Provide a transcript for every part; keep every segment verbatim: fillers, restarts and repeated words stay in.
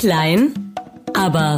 Klein, aber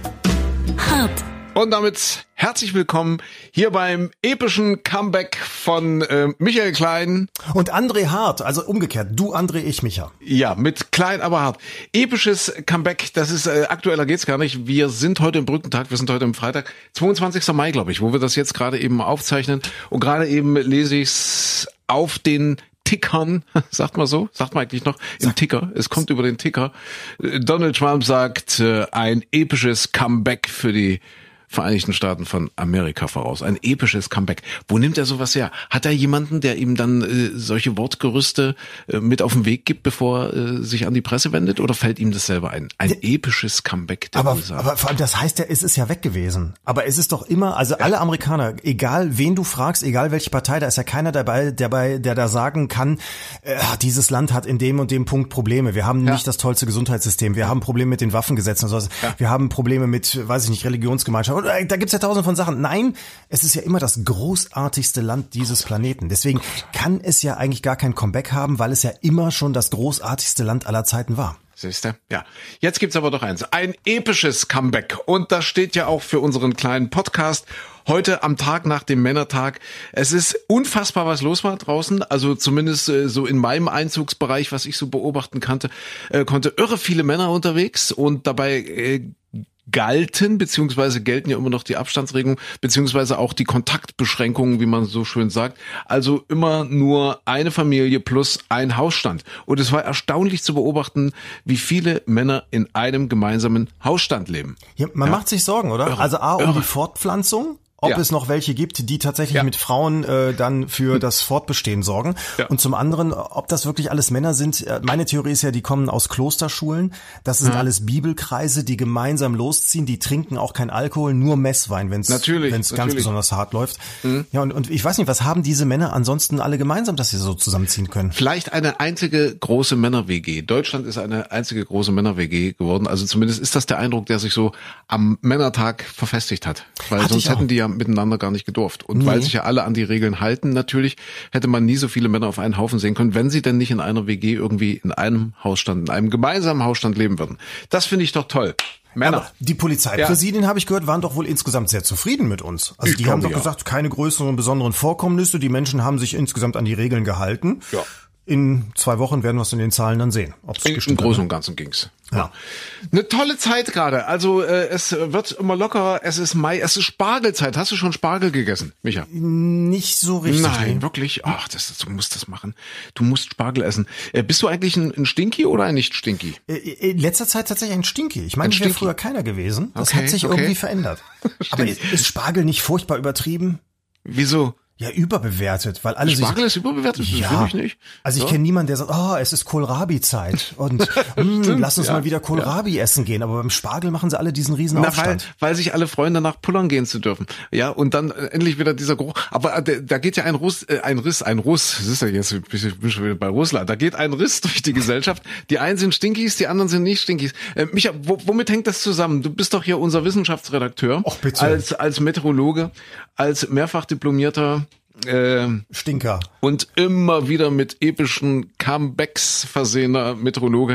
hart. Und damit herzlich willkommen hier beim epischen Comeback von äh, Michael Klein. Und André Hart, also umgekehrt, du André, ich Micha. Ja, mit Klein, aber hart. Episches Comeback, das ist, äh, aktueller geht's gar nicht. Wir sind heute im Brückentag, wir sind heute im Freitag, zweiundzwanzigster Mai, glaube ich, wo wir das jetzt gerade eben aufzeichnen. Und gerade eben lese ich's auf den Tickern, sagt man so, sagt man eigentlich noch, im Ticker, es kommt über den Ticker. Donald Trump sagt, äh, ein episches Comeback für die Vereinigten Staaten von Amerika voraus. Ein episches Comeback. Wo nimmt er sowas her? Hat er jemanden, der ihm dann äh, solche Wortgerüste äh, mit auf den Weg gibt, bevor äh, sich an die Presse wendet? Oder fällt ihm das selber ein? Ein ja, episches Comeback der aber, U S A. Aber vor allem, das heißt ja, es ist ja weg gewesen. Aber es ist doch immer, also ja. alle Amerikaner, egal wen du fragst, egal welche Partei, da ist ja keiner dabei, der, bei, der da sagen kann, äh, dieses Land hat in dem und dem Punkt Probleme. Wir haben ja. nicht das tollste Gesundheitssystem. Wir haben Probleme mit den Waffengesetzen und sowas. Ja. Wir haben Probleme mit, weiß ich nicht, Religionsgemeinschaft. Da gibt's ja tausend von Sachen. Nein, es ist ja immer das großartigste Land dieses Planeten. Deswegen kann es ja eigentlich gar kein Comeback haben, weil es ja immer schon das großartigste Land aller Zeiten war. Siehst du? Ja. Jetzt gibt's aber doch eins. Ein episches Comeback. Und das steht ja auch für unseren kleinen Podcast. Heute am Tag nach dem Männertag. Es ist unfassbar, was los war draußen. Also zumindest äh, so in meinem Einzugsbereich, was ich so beobachten konnte, äh, konnte irre viele Männer unterwegs und dabei äh, galten, beziehungsweise gelten ja immer noch die Abstandsregelungen, beziehungsweise auch die Kontaktbeschränkungen, wie man so schön sagt. Also immer nur eine Familie plus ein Hausstand. Und es war erstaunlich zu beobachten, wie viele Männer in einem gemeinsamen Hausstand leben. Ja, man ja. macht sich Sorgen, oder? Irre. Also A, um Irre. die Fortpflanzung. Ob ja. es noch welche gibt, die tatsächlich ja. mit Frauen äh, dann für das Fortbestehen sorgen. Ja. Und zum anderen, ob das wirklich alles Männer sind. Meine Theorie ist ja, die kommen aus Klosterschulen. Das sind ja. alles Bibelkreise, die gemeinsam losziehen. Die trinken auch kein Alkohol, nur Messwein, wenn es ganz besonders hart läuft. Mhm. Ja, und, und ich weiß nicht, was haben diese Männer ansonsten alle gemeinsam, dass sie so zusammenziehen können? Vielleicht eine einzige große Männer-W G. Deutschland ist eine einzige große Männer-W G geworden. Also zumindest ist das der Eindruck, der sich so am Männertag verfestigt hat. Weil Hatte sonst hätten die ja miteinander gar nicht gedurft. Und nee. weil sich ja alle an die Regeln halten, natürlich, hätte man nie so viele Männer auf einen Haufen sehen können, wenn sie denn nicht in einer W G irgendwie in einem Hausstand, in einem gemeinsamen Hausstand leben würden. Das finde ich doch toll. Männer. Aber die Polizeipräsidien, ja. habe ich gehört, waren doch wohl insgesamt sehr zufrieden mit uns. Also ich die glaube, haben doch ja. gesagt, keine größeren besonderen Vorkommnisse. Die Menschen haben sich insgesamt an die Regeln gehalten. Ja. In zwei Wochen werden wir es in den Zahlen dann sehen. Ob's in, Im Großen und Ganzen ging's. Ja. Eine tolle Zeit gerade. Also äh, es wird immer lockerer. Es ist Mai. Es ist Spargelzeit. Hast du schon Spargel gegessen, Micha? Nicht so richtig. Nein, nee. wirklich? Ach, das, du musst das machen. Du musst Spargel essen. Äh, bist du eigentlich ein, ein Stinky oder ein Nicht-Stinky? In letzter Zeit tatsächlich ein Stinky. Ich meine, ich wäre früher keiner gewesen. Das okay, hat sich okay. irgendwie verändert. Aber ist Spargel nicht furchtbar übertrieben? Wieso? Ja, überbewertet, weil alle Spargel sich, ist überbewertet? Ja, das finde ich nicht. Also ich ja. kenne niemanden, der sagt, oh, es ist Kohlrabi-Zeit und mh, lass uns ja. mal wieder Kohlrabi ja. essen gehen. Aber beim Spargel machen sie alle diesen riesen Na, Aufstand. Weil, weil sich alle freuen, danach pullern gehen zu dürfen. Ja, und dann äh, endlich wieder dieser Geruch. Aber äh, da geht ja ein Russ, äh, ein Riss, ein Russ, das ist ja jetzt, ich bin schon wieder bei Russland, da geht ein Riss durch die Gesellschaft. Die einen sind Stinkies, die anderen sind nicht Stinkies. Äh, Micha, wo, womit hängt das zusammen? Du bist doch hier unser Wissenschaftsredakteur. Och, bitte. Als, als Meteorologe, als mehrfach diplomierter Äh, Stinker. Und immer wieder mit epischen Comebacks versehener Meteorologe.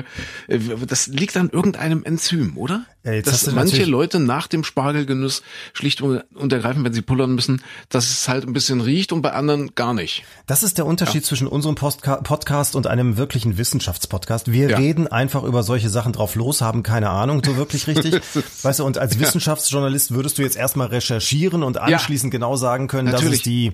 Das liegt an irgendeinem Enzym, oder? Ja, jetzt dass manche Leute nach dem Spargelgenuss schlicht und ergreifend, wenn sie pullern müssen, dass es halt ein bisschen riecht und bei anderen gar nicht. Das ist der Unterschied ja. zwischen unserem Postka- Podcast und einem wirklichen Wissenschaftspodcast. Wir ja. reden einfach über solche Sachen drauf los, haben keine Ahnung so wirklich richtig. Weißt du, und als Wissenschaftsjournalist würdest du jetzt erstmal recherchieren und anschließend ja. genau sagen können, Natürlich. dass es die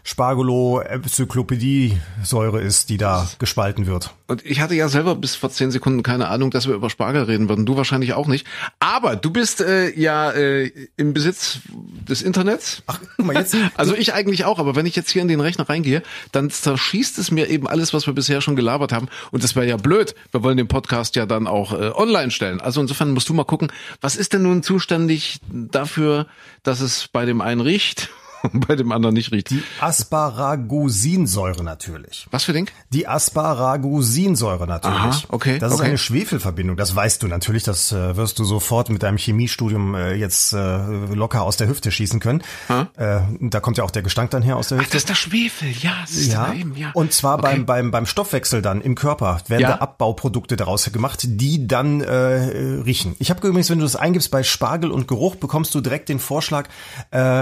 Spargelo-Enzyklopädie-Säure ist, die da gespalten wird. Und ich hatte ja selber bis vor zehn Sekunden keine Ahnung, dass wir über Spargel reden würden. Du wahrscheinlich auch nicht. Aber du bist äh, ja äh, im Besitz des Internets. Ach, guck mal jetzt. Also ich eigentlich auch, aber wenn ich jetzt hier in den Rechner reingehe, dann zerschießt es mir eben alles, was wir bisher schon gelabert haben. Und das wäre ja blöd. Wir wollen den Podcast ja dann auch äh, online stellen. Also insofern musst du mal gucken, was ist denn nun zuständig dafür, dass es bei dem einen riecht und bei dem anderen nicht riecht. Die Asparagusinsäure natürlich. Was für Ding? Die Asparagusinsäure natürlich. Aha, okay. Das ist okay. eine Schwefelverbindung, das weißt du natürlich, das äh, wirst du sofort mit deinem Chemiestudium äh, jetzt äh, locker aus der Hüfte schießen können. Äh, da kommt ja auch der Gestank dann her aus der Hüfte. Ach, das ist der Schwefel, ja. Das ist ja. eben, ja. Und zwar okay. beim, beim, beim Stoffwechsel dann im Körper werden ja. da Abbauprodukte daraus gemacht, die dann äh, riechen. Ich habe übrigens, wenn du das eingibst bei Spargel und Geruch, bekommst du direkt den Vorschlag, äh,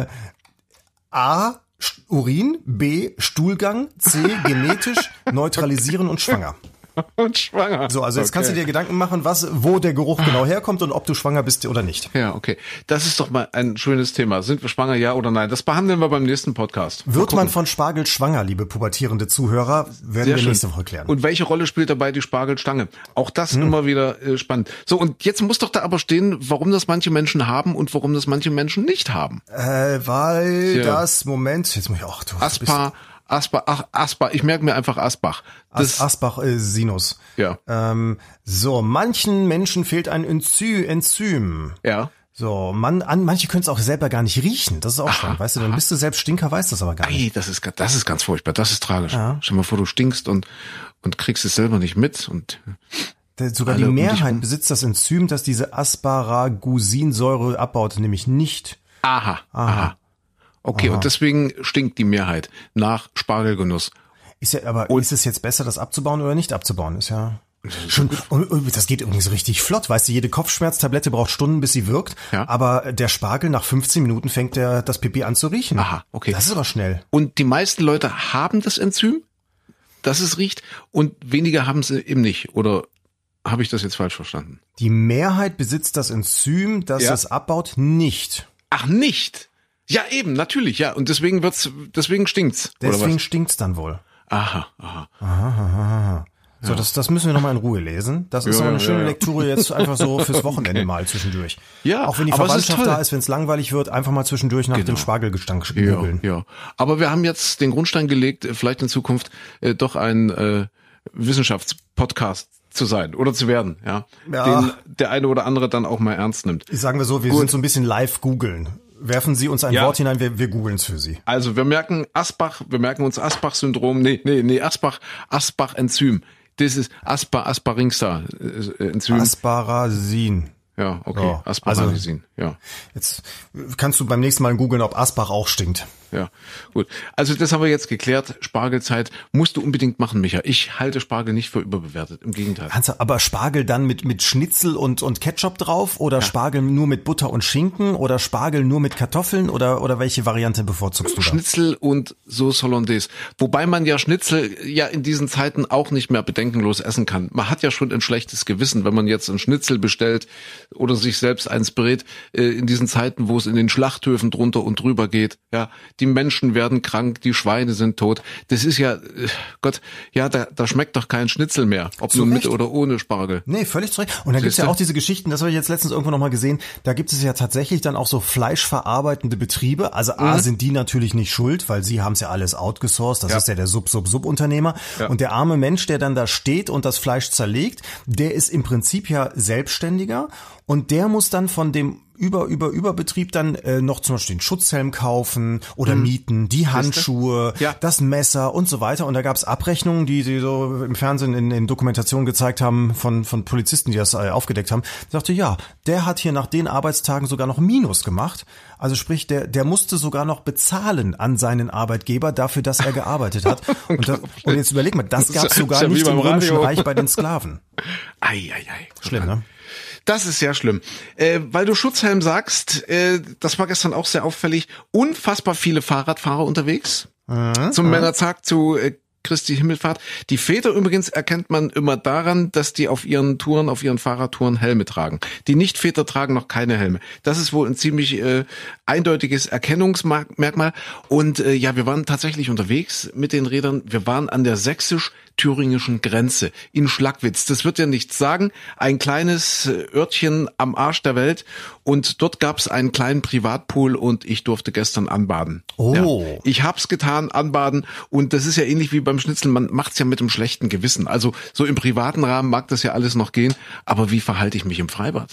A, Urin, B, Stuhlgang, C, genetisch, neutralisieren und schwanger. Und schwanger. So, also jetzt okay. kannst du dir Gedanken machen, was, wo der Geruch genau herkommt und ob du schwanger bist oder nicht. Ja, okay. Das ist doch mal ein schönes Thema. Sind wir schwanger, ja oder nein? Das behandeln wir beim nächsten Podcast. Mal Wird gucken. man von Spargel schwanger, liebe pubertierende Zuhörer, werden Sehr wir schön. nächste Woche klären. Und welche Rolle spielt dabei die Spargelstange? Auch das hm. immer wieder äh, spannend. So, und jetzt muss doch da aber stehen, warum das manche Menschen haben und warum das manche Menschen nicht haben. Äh, weil ja. das, Moment, jetzt muss ich auch... Du, Aspa, Aspa, ach, Aspa, ich merke mir einfach Asbach. Das As, Asbach äh, Sinus. Ja. Ähm, so, manchen Menschen fehlt ein Enzy Enzym. Ja. So, man, an, manche können es auch selber gar nicht riechen. Das ist auch schon, weißt du, dann bist du selbst Stinker, weißt das aber gar nicht. Ei, das ist, das ist ganz furchtbar, das ist tragisch. Ja. Stell dir mal vor, du stinkst und, und kriegst es selber nicht mit und... Sogar die Mehrheit besitzt das Enzym, das diese Asparagusinsäure abbaut, nämlich nicht. Aha, aha. aha. Okay, aha. Und deswegen stinkt die Mehrheit nach Spargelgenuss. Ist ja, aber und ist es jetzt besser, das abzubauen oder nicht abzubauen? Ist ja schon, und, und das geht übrigens richtig flott, weißt du, jede Kopfschmerztablette braucht Stunden, bis sie wirkt, ja. aber der Spargel, nach fünfzehn Minuten fängt der, das Pipi an zu riechen. Aha, okay. Das ist aber schnell. Und die meisten Leute haben das Enzym, dass es riecht, und weniger haben es eben nicht, oder habe ich das jetzt falsch verstanden? Die Mehrheit besitzt das Enzym, das ja. es abbaut, nicht. Ach, nicht? Ja, eben, natürlich, ja. Und deswegen wird's, deswegen stinkt's. Deswegen stinkt's dann wohl. Aha, aha. Aha, aha, aha. So, ja. das, das müssen wir nochmal in Ruhe lesen. Das ist ja, aber eine ja, schöne ja. Lektüre jetzt einfach so fürs Wochenende okay. mal zwischendurch. Ja, auch wenn die aber Verwandtschaft ist da ist, wenn es langweilig wird, einfach mal zwischendurch nach genau. dem Spargelgestank googeln. Ja, ja. Aber wir haben jetzt den Grundstein gelegt, vielleicht in Zukunft äh, doch ein äh, Wissenschaftspodcast zu sein oder zu werden, ja, ja. den der eine oder andere dann auch mal ernst nimmt. Ich sagen wir so, wir Gut. sind so ein bisschen live googeln. Werfen Sie uns ein ja. Wort hinein, wir, wir googeln es für Sie. Also wir merken Asbach, wir merken uns Asbach-Syndrom, nee, nee, nee, Asbach, Asbach-Enzym. Das ist Aspa, Asparinxa-Enzym. Asparasin. Ja, okay, oh, Asparasin, also, ja. Jetzt kannst du beim nächsten Mal googeln, ob Asbach auch stinkt. Ja, gut. Also das haben wir jetzt geklärt. Spargelzeit musst du unbedingt machen, Micha. Ich halte Spargel nicht für überbewertet. Im Gegenteil. Kannst du aber Spargel dann mit mit Schnitzel und und Ketchup drauf oder ja. Spargel nur mit Butter und Schinken oder Spargel nur mit Kartoffeln oder oder welche Variante bevorzugst du da? Schnitzel und Sauce Hollandaise. Wobei man ja Schnitzel ja in diesen Zeiten auch nicht mehr bedenkenlos essen kann. Man hat ja schon ein schlechtes Gewissen, wenn man jetzt ein Schnitzel bestellt oder sich selbst eins brät, äh, in diesen Zeiten, wo es in den Schlachthöfen drunter und drüber geht. Ja, die Menschen werden krank, die Schweine sind tot. Das ist ja, Gott, ja, da, da schmeckt doch kein Schnitzel mehr, ob nur mit oder ohne Spargel. Nee, völlig zu Recht. Und da gibt's ja auch diese Geschichten, das habe ich jetzt letztens irgendwo nochmal gesehen, da gibt es ja tatsächlich dann auch so fleischverarbeitende Betriebe. Also A, mhm. sind die natürlich nicht schuld, weil sie haben es ja alles outgesourced, das ja. ist ja der Sub-Sub-Sub-Unternehmer. Ja. Und der arme Mensch, der dann da steht und das Fleisch zerlegt, der ist im Prinzip ja Selbstständiger und der muss dann von dem über über Überbetrieb dann äh, noch zum Beispiel den Schutzhelm kaufen oder mhm. mieten, die Handschuhe, ja. das Messer und so weiter. Und da gab's Abrechnungen, die sie so im Fernsehen in, in Dokumentationen gezeigt haben von von Polizisten, die das äh, aufgedeckt haben. Ich dachte, ja, der hat hier nach den Arbeitstagen sogar noch Minus gemacht. Also sprich, der der musste sogar noch bezahlen an seinen Arbeitgeber dafür, dass er gearbeitet hat. und, das, und jetzt überleg mal, das, das gab's sogar ja nicht im Römischen Radio. Reich bei den Sklaven. Ei, ei, ei. Schlimm, ne? Das ist sehr schlimm. Äh, weil du Schutzhelm sagst, äh, das war gestern auch sehr auffällig, unfassbar viele Fahrradfahrer unterwegs. Mhm. Zum Männertag, zu äh, Christi Himmelfahrt. Die Väter übrigens erkennt man immer daran, dass die auf ihren Touren, auf ihren Fahrradtouren Helme tragen. Die Nicht-Väter tragen noch keine Helme. Das ist wohl ein ziemlich äh, eindeutiges Erkennungsmerkmal. Und äh, ja, wir waren tatsächlich unterwegs mit den Rädern. Wir waren an der sächsisch-thüringischen Grenze in Schlagwitz. Das wird ja nichts sagen. Ein kleines Örtchen am Arsch der Welt. Und dort gab es einen kleinen Privatpool und ich durfte gestern anbaden. Oh. Ja, ich hab's getan, anbaden. Und das ist ja ähnlich wie beim Schnitzel. Man macht's ja mit dem schlechten Gewissen. Also so im privaten Rahmen mag das ja alles noch gehen. Aber wie verhalte ich mich im Freibad?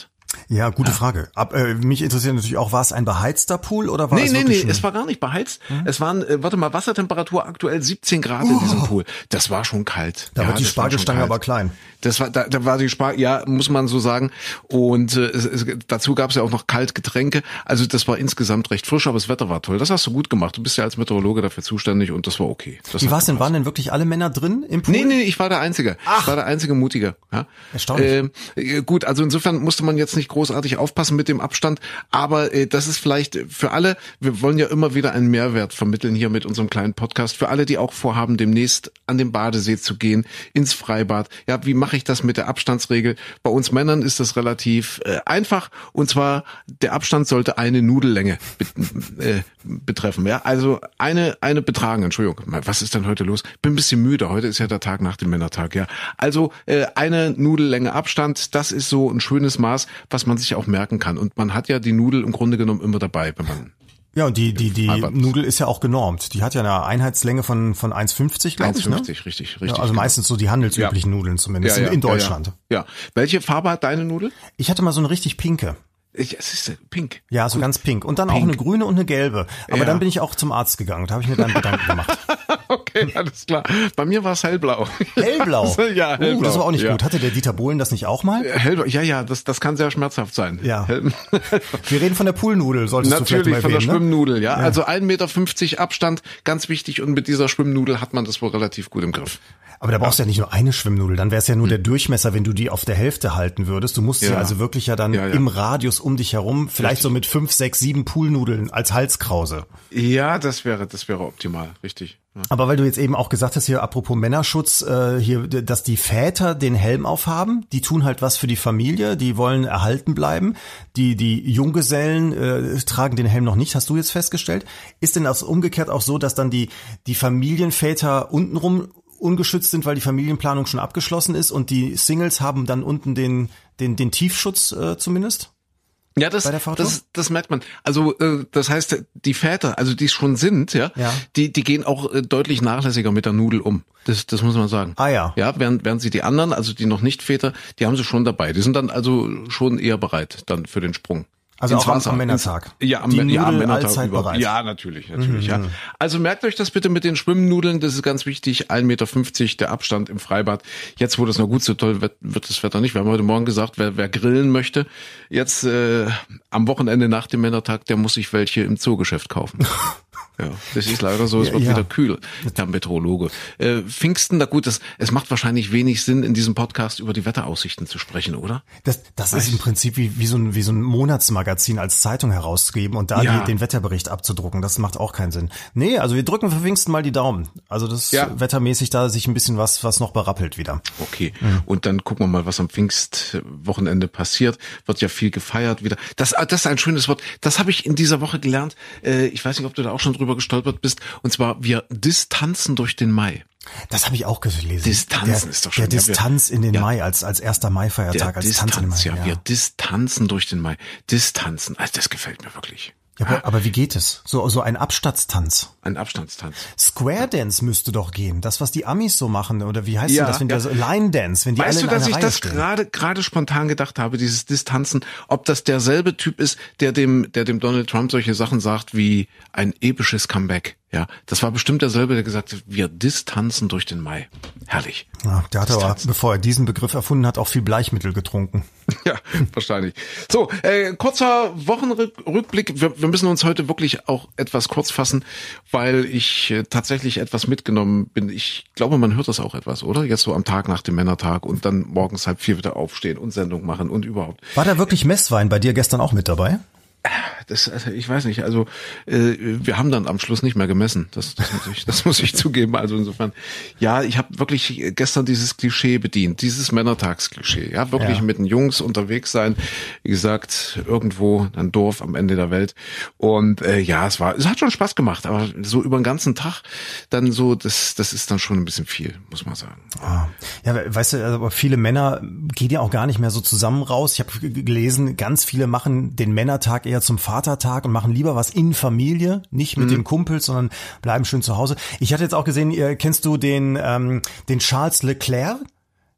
Ja, gute Ja. Frage. Ab, äh, mich interessiert natürlich auch, war es ein beheizter Pool oder war Nee, es nee, wirklich nee, schon- es war gar nicht beheizt. Hm? Es waren, äh, warte mal, Wassertemperatur aktuell siebzehn Grad in diesem Pool. Das war schon kalt. Da ja, wird die das war schon Spargelstange kalt. aber klein. Das war, da, da war die Spar, ja, muss man so sagen. Und äh, es, es, dazu gab es ja auch noch Kaltgetränke. Also das war insgesamt recht frisch, aber das Wetter war toll. Das hast du gut gemacht. Du bist ja als Meteorologe dafür zuständig und das war okay. Das Wie hat war es denn? gepasst. Waren denn wirklich alle Männer drin im Pool? Nee, nee, ich war der Einzige. Ich war der einzige Mutige. Ja. Erstaunlich. Äh, gut, also insofern musste man jetzt nicht großartig aufpassen mit dem Abstand, aber äh, das ist vielleicht für alle, wir wollen ja immer wieder einen Mehrwert vermitteln hier mit unserem kleinen Podcast, für alle, die auch vorhaben, demnächst an den Badesee zu gehen, ins Freibad. Ja, wie mache ich das mit der Abstandsregel? Bei uns Männern ist das relativ äh, einfach, und zwar der Abstand sollte eine Nudellänge be äh, betreffen. Ja, also eine eine betragen. Entschuldigung, was ist denn heute los? Bin ein bisschen müde. Heute ist ja der Tag nach dem Männertag. Ja, also äh, eine Nudellänge Abstand. Das ist so ein schönes Maß, was man sich auch merken kann. Und man hat ja die Nudel im Grunde genommen immer dabei, wenn man Ja, und die die die Freibad. Nudel ist ja auch genormt. Die hat ja eine Einheitslänge von von eins fünfzig, glaube ich, ne? eins fünfzig, richtig, richtig. Ja, also genau. meistens so die handelsüblichen Ja. Nudeln zumindest ja, ja, in Deutschland. Ja, ja. Welche Farbe hat deine Nudel? Ich hatte mal so eine richtig pinke. Ich, es ist äh, pink. Ja, so ganz pink. Und dann auch Pink. eine grüne und eine gelbe. Aber Ja. dann bin ich auch zum Arzt gegangen. Da habe ich mir dann Gedanken gemacht. Okay, alles klar. Bei mir war es hellblau. Hellblau. Ja, hellblau. Uh, das war auch nicht Ja. gut. Hatte der Dieter Bohlen das nicht auch mal? Hellblau, ja, ja, das, das kann sehr schmerzhaft sein. Ja. Hell- Wir reden von der Poolnudel, solltest du vielleicht Natürlich mal von der erwähnen, ne? Schwimmnudel, ja. Also ein Meter fünfzig Abstand, ganz wichtig. Und mit dieser Schwimmnudel hat man das wohl relativ gut im Griff. Aber da brauchst du ja nicht nur eine Schwimmnudel, dann wäre es ja nur der Durchmesser, wenn du die auf der Hälfte halten würdest. Du musst sie Ja. also wirklich ja dann Ja, ja. im Radius um dich herum, vielleicht Richtig. so mit fünf, sechs, sieben Poolnudeln als Halskrause. Ja, das wäre, das wäre optimal, richtig. Ja. Aber weil du jetzt eben auch gesagt hast, hier apropos Männerschutz, äh, hier, dass die Väter den Helm aufhaben, die tun halt was für die Familie, die wollen erhalten bleiben. Die die Junggesellen äh, tragen den Helm noch nicht, hast du jetzt festgestellt. Ist denn das umgekehrt auch so, dass dann die die Familienväter untenrum ungeschützt sind, weil die Familienplanung schon abgeschlossen ist und die Singles haben dann unten den den den Tiefschutz äh, zumindest? Ja, das, Bei der Fahrtour? das, das merkt man. Also, äh, das heißt, die Väter, also die es schon sind, ja, Ja. die, die gehen auch äh, deutlich nachlässiger mit der Nudel um. Das, das muss man sagen. Ah ja. Ja, während, während sie die anderen, also die noch nicht Väter, die haben sie schon dabei. Die sind dann also schon eher bereit dann für den Sprung. Also Ins auch am, Wasser. am Männertag. Ja, am, Die ja, am Nudel Männertag allzeit überhaupt. bereit. Ja, natürlich, natürlich, Mhm. ja. Also merkt euch das bitte mit den Schwimmnudeln, das ist ganz wichtig. ein Meter fünfzig der Abstand im Freibad. Jetzt, wo das noch gut so toll wird, wird das Wetter nicht. Wir haben heute Morgen gesagt, wer, wer grillen möchte, jetzt äh, am Wochenende nach dem Männertag, der muss sich welche im Zoogeschäft kaufen. Ja, das ist leider so, es Ja, wird ja. wieder kühl, Herr Meteorologe. Äh, Pfingsten, na gut, das, es macht wahrscheinlich wenig Sinn, in diesem Podcast über die Wetteraussichten zu sprechen, oder? Das, das ist im Prinzip wie, wie, so ein, wie so ein Monatsmagazin als Zeitung herauszugeben und da Ja. die, den Wetterbericht abzudrucken. Das macht auch keinen Sinn. Nee, also wir drücken für Pfingsten mal die Daumen. Also das Ja. wettermäßig da sich ein bisschen was, was noch berappelt wieder. Okay, und dann gucken wir mal, was am Pfingstwochenende passiert. Wird ja viel gefeiert wieder. Das, das ist ein schönes Wort. Das habe ich in dieser Woche gelernt. Äh, Ich weiß nicht, ob du da auch schon drüber gestolpert bist. Und zwar, wir distanzen durch den Mai. Das habe ich auch gelesen. Distanzen der, ist doch schön. Der Ja, wir- Distanz in den ja. Mai als, als erster Mai-Feiertag, Der als Tanz in den Mai. Distanz, ja, wir distanzen durch den Mai. Distanzen, also das gefällt mir wirklich. Ja, aber, aber wie geht es? So, so ein Abstandstanz. Ein Abstandstanz. Square Dance müsste doch gehen. Das, was die Amis so machen. Oder wie heißt Ja, denn das? Wenn ja. die so, Line Dance, wenn die Weißt alle du, in dass einer ich Reihe das stehen. gerade gerade spontan gedacht habe, dieses Distanzen, ob das derselbe Typ ist, der dem der dem Donald Trump solche Sachen sagt wie ein episches Comeback. Ja, das war bestimmt derselbe, der gesagt hat, wir distanzen durch den Mai. Herrlich. Ja, der hat aber, Distanzen. bevor er diesen Begriff erfunden hat, auch viel Bleichmittel getrunken. Ja, wahrscheinlich. So, äh, kurzer Wochenrückblick. Wir, wir müssen uns heute wirklich auch etwas kurz fassen, weil ich äh, tatsächlich etwas mitgenommen bin. Ich glaube, man hört das auch etwas, oder? Jetzt so am Tag nach dem Männertag und dann morgens halb vier wieder aufstehen und Sendung machen und überhaupt. War da wirklich Messwein bei dir gestern auch mit dabei? Das, also ich weiß nicht, also äh, wir haben dann am Schluss nicht mehr gemessen. Das, das muss ich, das muss ich zugeben. Also insofern, ja, ich habe wirklich gestern dieses Klischee bedient, dieses Männertagsklischee. Ja, wirklich Ja. mit den Jungs unterwegs sein. Wie gesagt, irgendwo ein Dorf am Ende der Welt. Und äh, ja, es war, es hat schon Spaß gemacht, aber so über den ganzen Tag dann so, das, das ist dann schon ein bisschen viel, muss man sagen. Ah. Ja, weißt du, aber viele Männer gehen ja auch gar nicht mehr so zusammen raus. Ich habe gelesen, ganz viele machen den Männertag eher zum Vatertag und machen lieber was in Familie, nicht mit mhm. den Kumpels, sondern bleiben schön zu Hause. Ich hatte jetzt auch gesehen, äh, kennst du den ähm, den Charles Leclerc?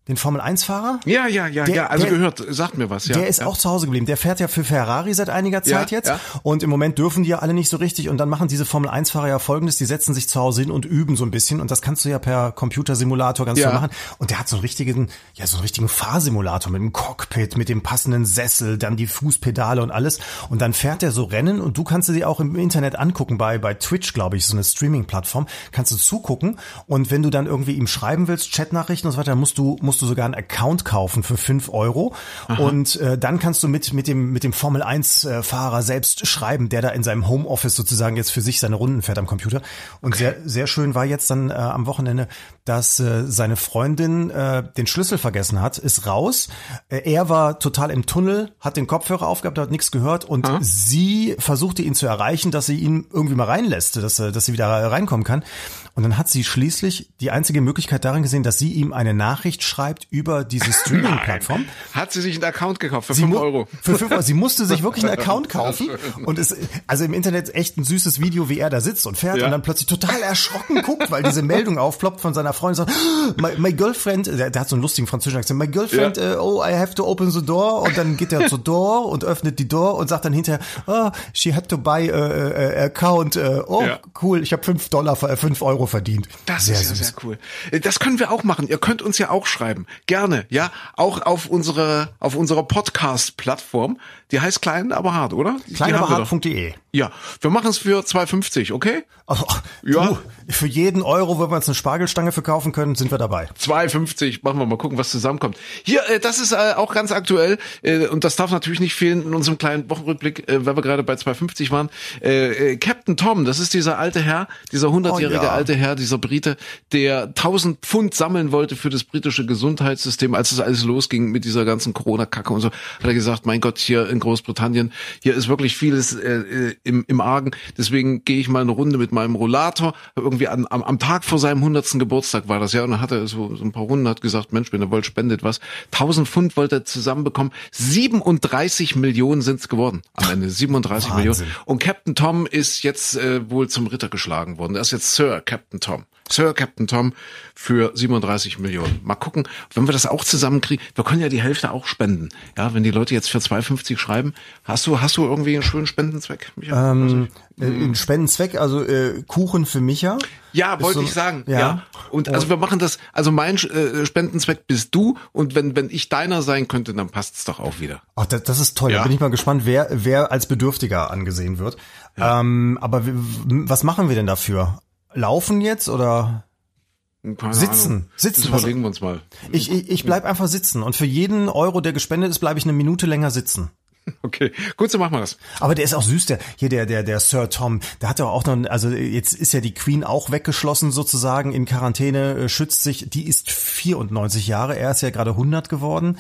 Den Formel eins Fahrer? Ja, ja, ja, der, ja, also der, gehört, sagt mir was, ja. Der ist ja. auch zu Hause geblieben. Der fährt ja für Ferrari seit einiger Zeit ja, jetzt. Ja. Und im Moment dürfen die ja alle nicht so richtig. Und dann machen diese Formel eins Fahrer ja Folgendes, die setzen sich zu Hause hin und üben so ein bisschen. Und das kannst du ja per Computersimulator ganz ja. toll machen. Und der hat so einen richtigen, ja, so einen richtigen Fahrsimulator mit dem Cockpit, mit dem passenden Sessel, dann die Fußpedale und alles. Und dann fährt er so Rennen und du kannst dir auch im Internet angucken, bei, bei Twitch, glaube ich, so eine Streaming-Plattform, kannst du zugucken. Und wenn du dann irgendwie ihm schreiben willst, Chatnachrichten und so weiter, dann musst du, musst du sogar einen Account kaufen für fünf Euro. Aha. Und äh, dann kannst du mit mit dem mit dem Formel eins Fahrer selbst schreiben, der da in seinem Homeoffice sozusagen jetzt für sich seine Runden fährt am Computer. Und okay. sehr sehr schön war jetzt dann äh, am Wochenende, dass äh, seine Freundin äh, den Schlüssel vergessen hat, ist raus. Äh, er war total im Tunnel, hat den Kopfhörer aufgehabt, hat nichts gehört und Aha. sie versuchte ihn zu erreichen, dass sie ihn irgendwie mal reinlässt, dass dass sie wieder reinkommen kann. Und dann hat sie schließlich die einzige Möglichkeit darin gesehen, dass sie ihm eine Nachricht schreibt über diese Streaming-Plattform. Hat sie sich einen Account gekauft für fünf Euro? Für fünf Euro. Sie musste sich wirklich einen Account kaufen. Und es, also im Internet echt ein süßes Video, wie er da sitzt und fährt ja. und dann plötzlich total erschrocken guckt, weil diese Meldung aufploppt von seiner Freundin und sagt, my, my girlfriend, der, der hat so einen lustigen französischen Akzent, my girlfriend, ja. uh, oh, I have to open the door. Und dann geht er zur Door und öffnet die Door und sagt dann hinterher, oh, she had to buy a, a, a account. Uh, oh, ja. cool, ich habe fünf Dollar, fünf Euro verdient. Das sehr ist ja süß. Sehr cool. Das können wir auch machen. Ihr könnt uns ja auch schreiben. Gerne, ja. Auch auf unsere, auf unserer Podcast-Plattform. Die heißt Klein, aber hart, oder? klein aber hart punkt de. Ja. Wir machen es für zwei fünfzig, okay? Oh, ja. Du, für jeden Euro, wo wir uns eine Spargelstange verkaufen können, sind wir dabei. zwei fünfzig. Machen wir mal gucken, was zusammenkommt. Hier, äh, das ist äh, auch ganz aktuell. Äh, und das darf natürlich nicht fehlen in unserem kleinen Wochenrückblick, äh, weil wir gerade bei zwei fünfzig waren. Äh, äh, Captain Tom, das ist dieser alte Herr, dieser hundertjährige oh, ja. alte Herr, dieser Brite, der tausend Pfund sammeln wollte für das britische Gesundheitssystem, als es alles losging mit dieser ganzen Corona-Kacke und so, hat er gesagt, mein Gott, hier in Großbritannien, hier ist wirklich vieles äh, im, im Argen, deswegen gehe ich mal eine Runde mit meinem Rollator, irgendwie an, am, am Tag vor seinem hundertsten Geburtstag war das, ja, und dann hat er so, so ein paar Runden, hat gesagt, Mensch, wenn ihr wollt, spendet was. tausend Pfund wollte er zusammenbekommen, siebenunddreißig Millionen sind es geworden am Ende, siebenunddreißig Millionen. Und Captain Tom ist jetzt äh, wohl zum Ritter geschlagen worden, er ist jetzt Sir Captain Tom. Sir Captain Tom für siebenunddreißig Millionen. Mal gucken, wenn wir das auch zusammenkriegen. Wir können ja die Hälfte auch spenden. Ja, wenn die Leute jetzt für zwei fünfzig schreiben. Hast du, hast du irgendwie einen schönen Spendenzweck? Ähm, also, äh, einen Spendenzweck, also äh, Kuchen für Micha. Ja, wollte so, ich sagen. Ja. ja. Und also wir machen das, also mein äh, Spendenzweck bist du und wenn wenn ich deiner sein könnte, dann passt's doch auch wieder. Ach, das, das ist toll. Ja. Da bin ich mal gespannt, wer wer als Bedürftiger angesehen wird. Ja. Ähm, aber w- was machen wir denn dafür? Laufen jetzt oder Keine sitzen? Ahnung. Sitzen. Das überlegen wir uns mal. Ich, ich, ich bleib einfach sitzen und für jeden Euro, der gespendet ist, bleibe ich eine Minute länger sitzen. Okay, gut, so machen wir das. Aber der ist auch süß, der hier der der der Sir Tom, der hat ja auch noch, also jetzt ist ja die Queen auch weggeschlossen sozusagen in Quarantäne, schützt sich, die ist vierundneunzig Jahre, er ist ja gerade hundert geworden.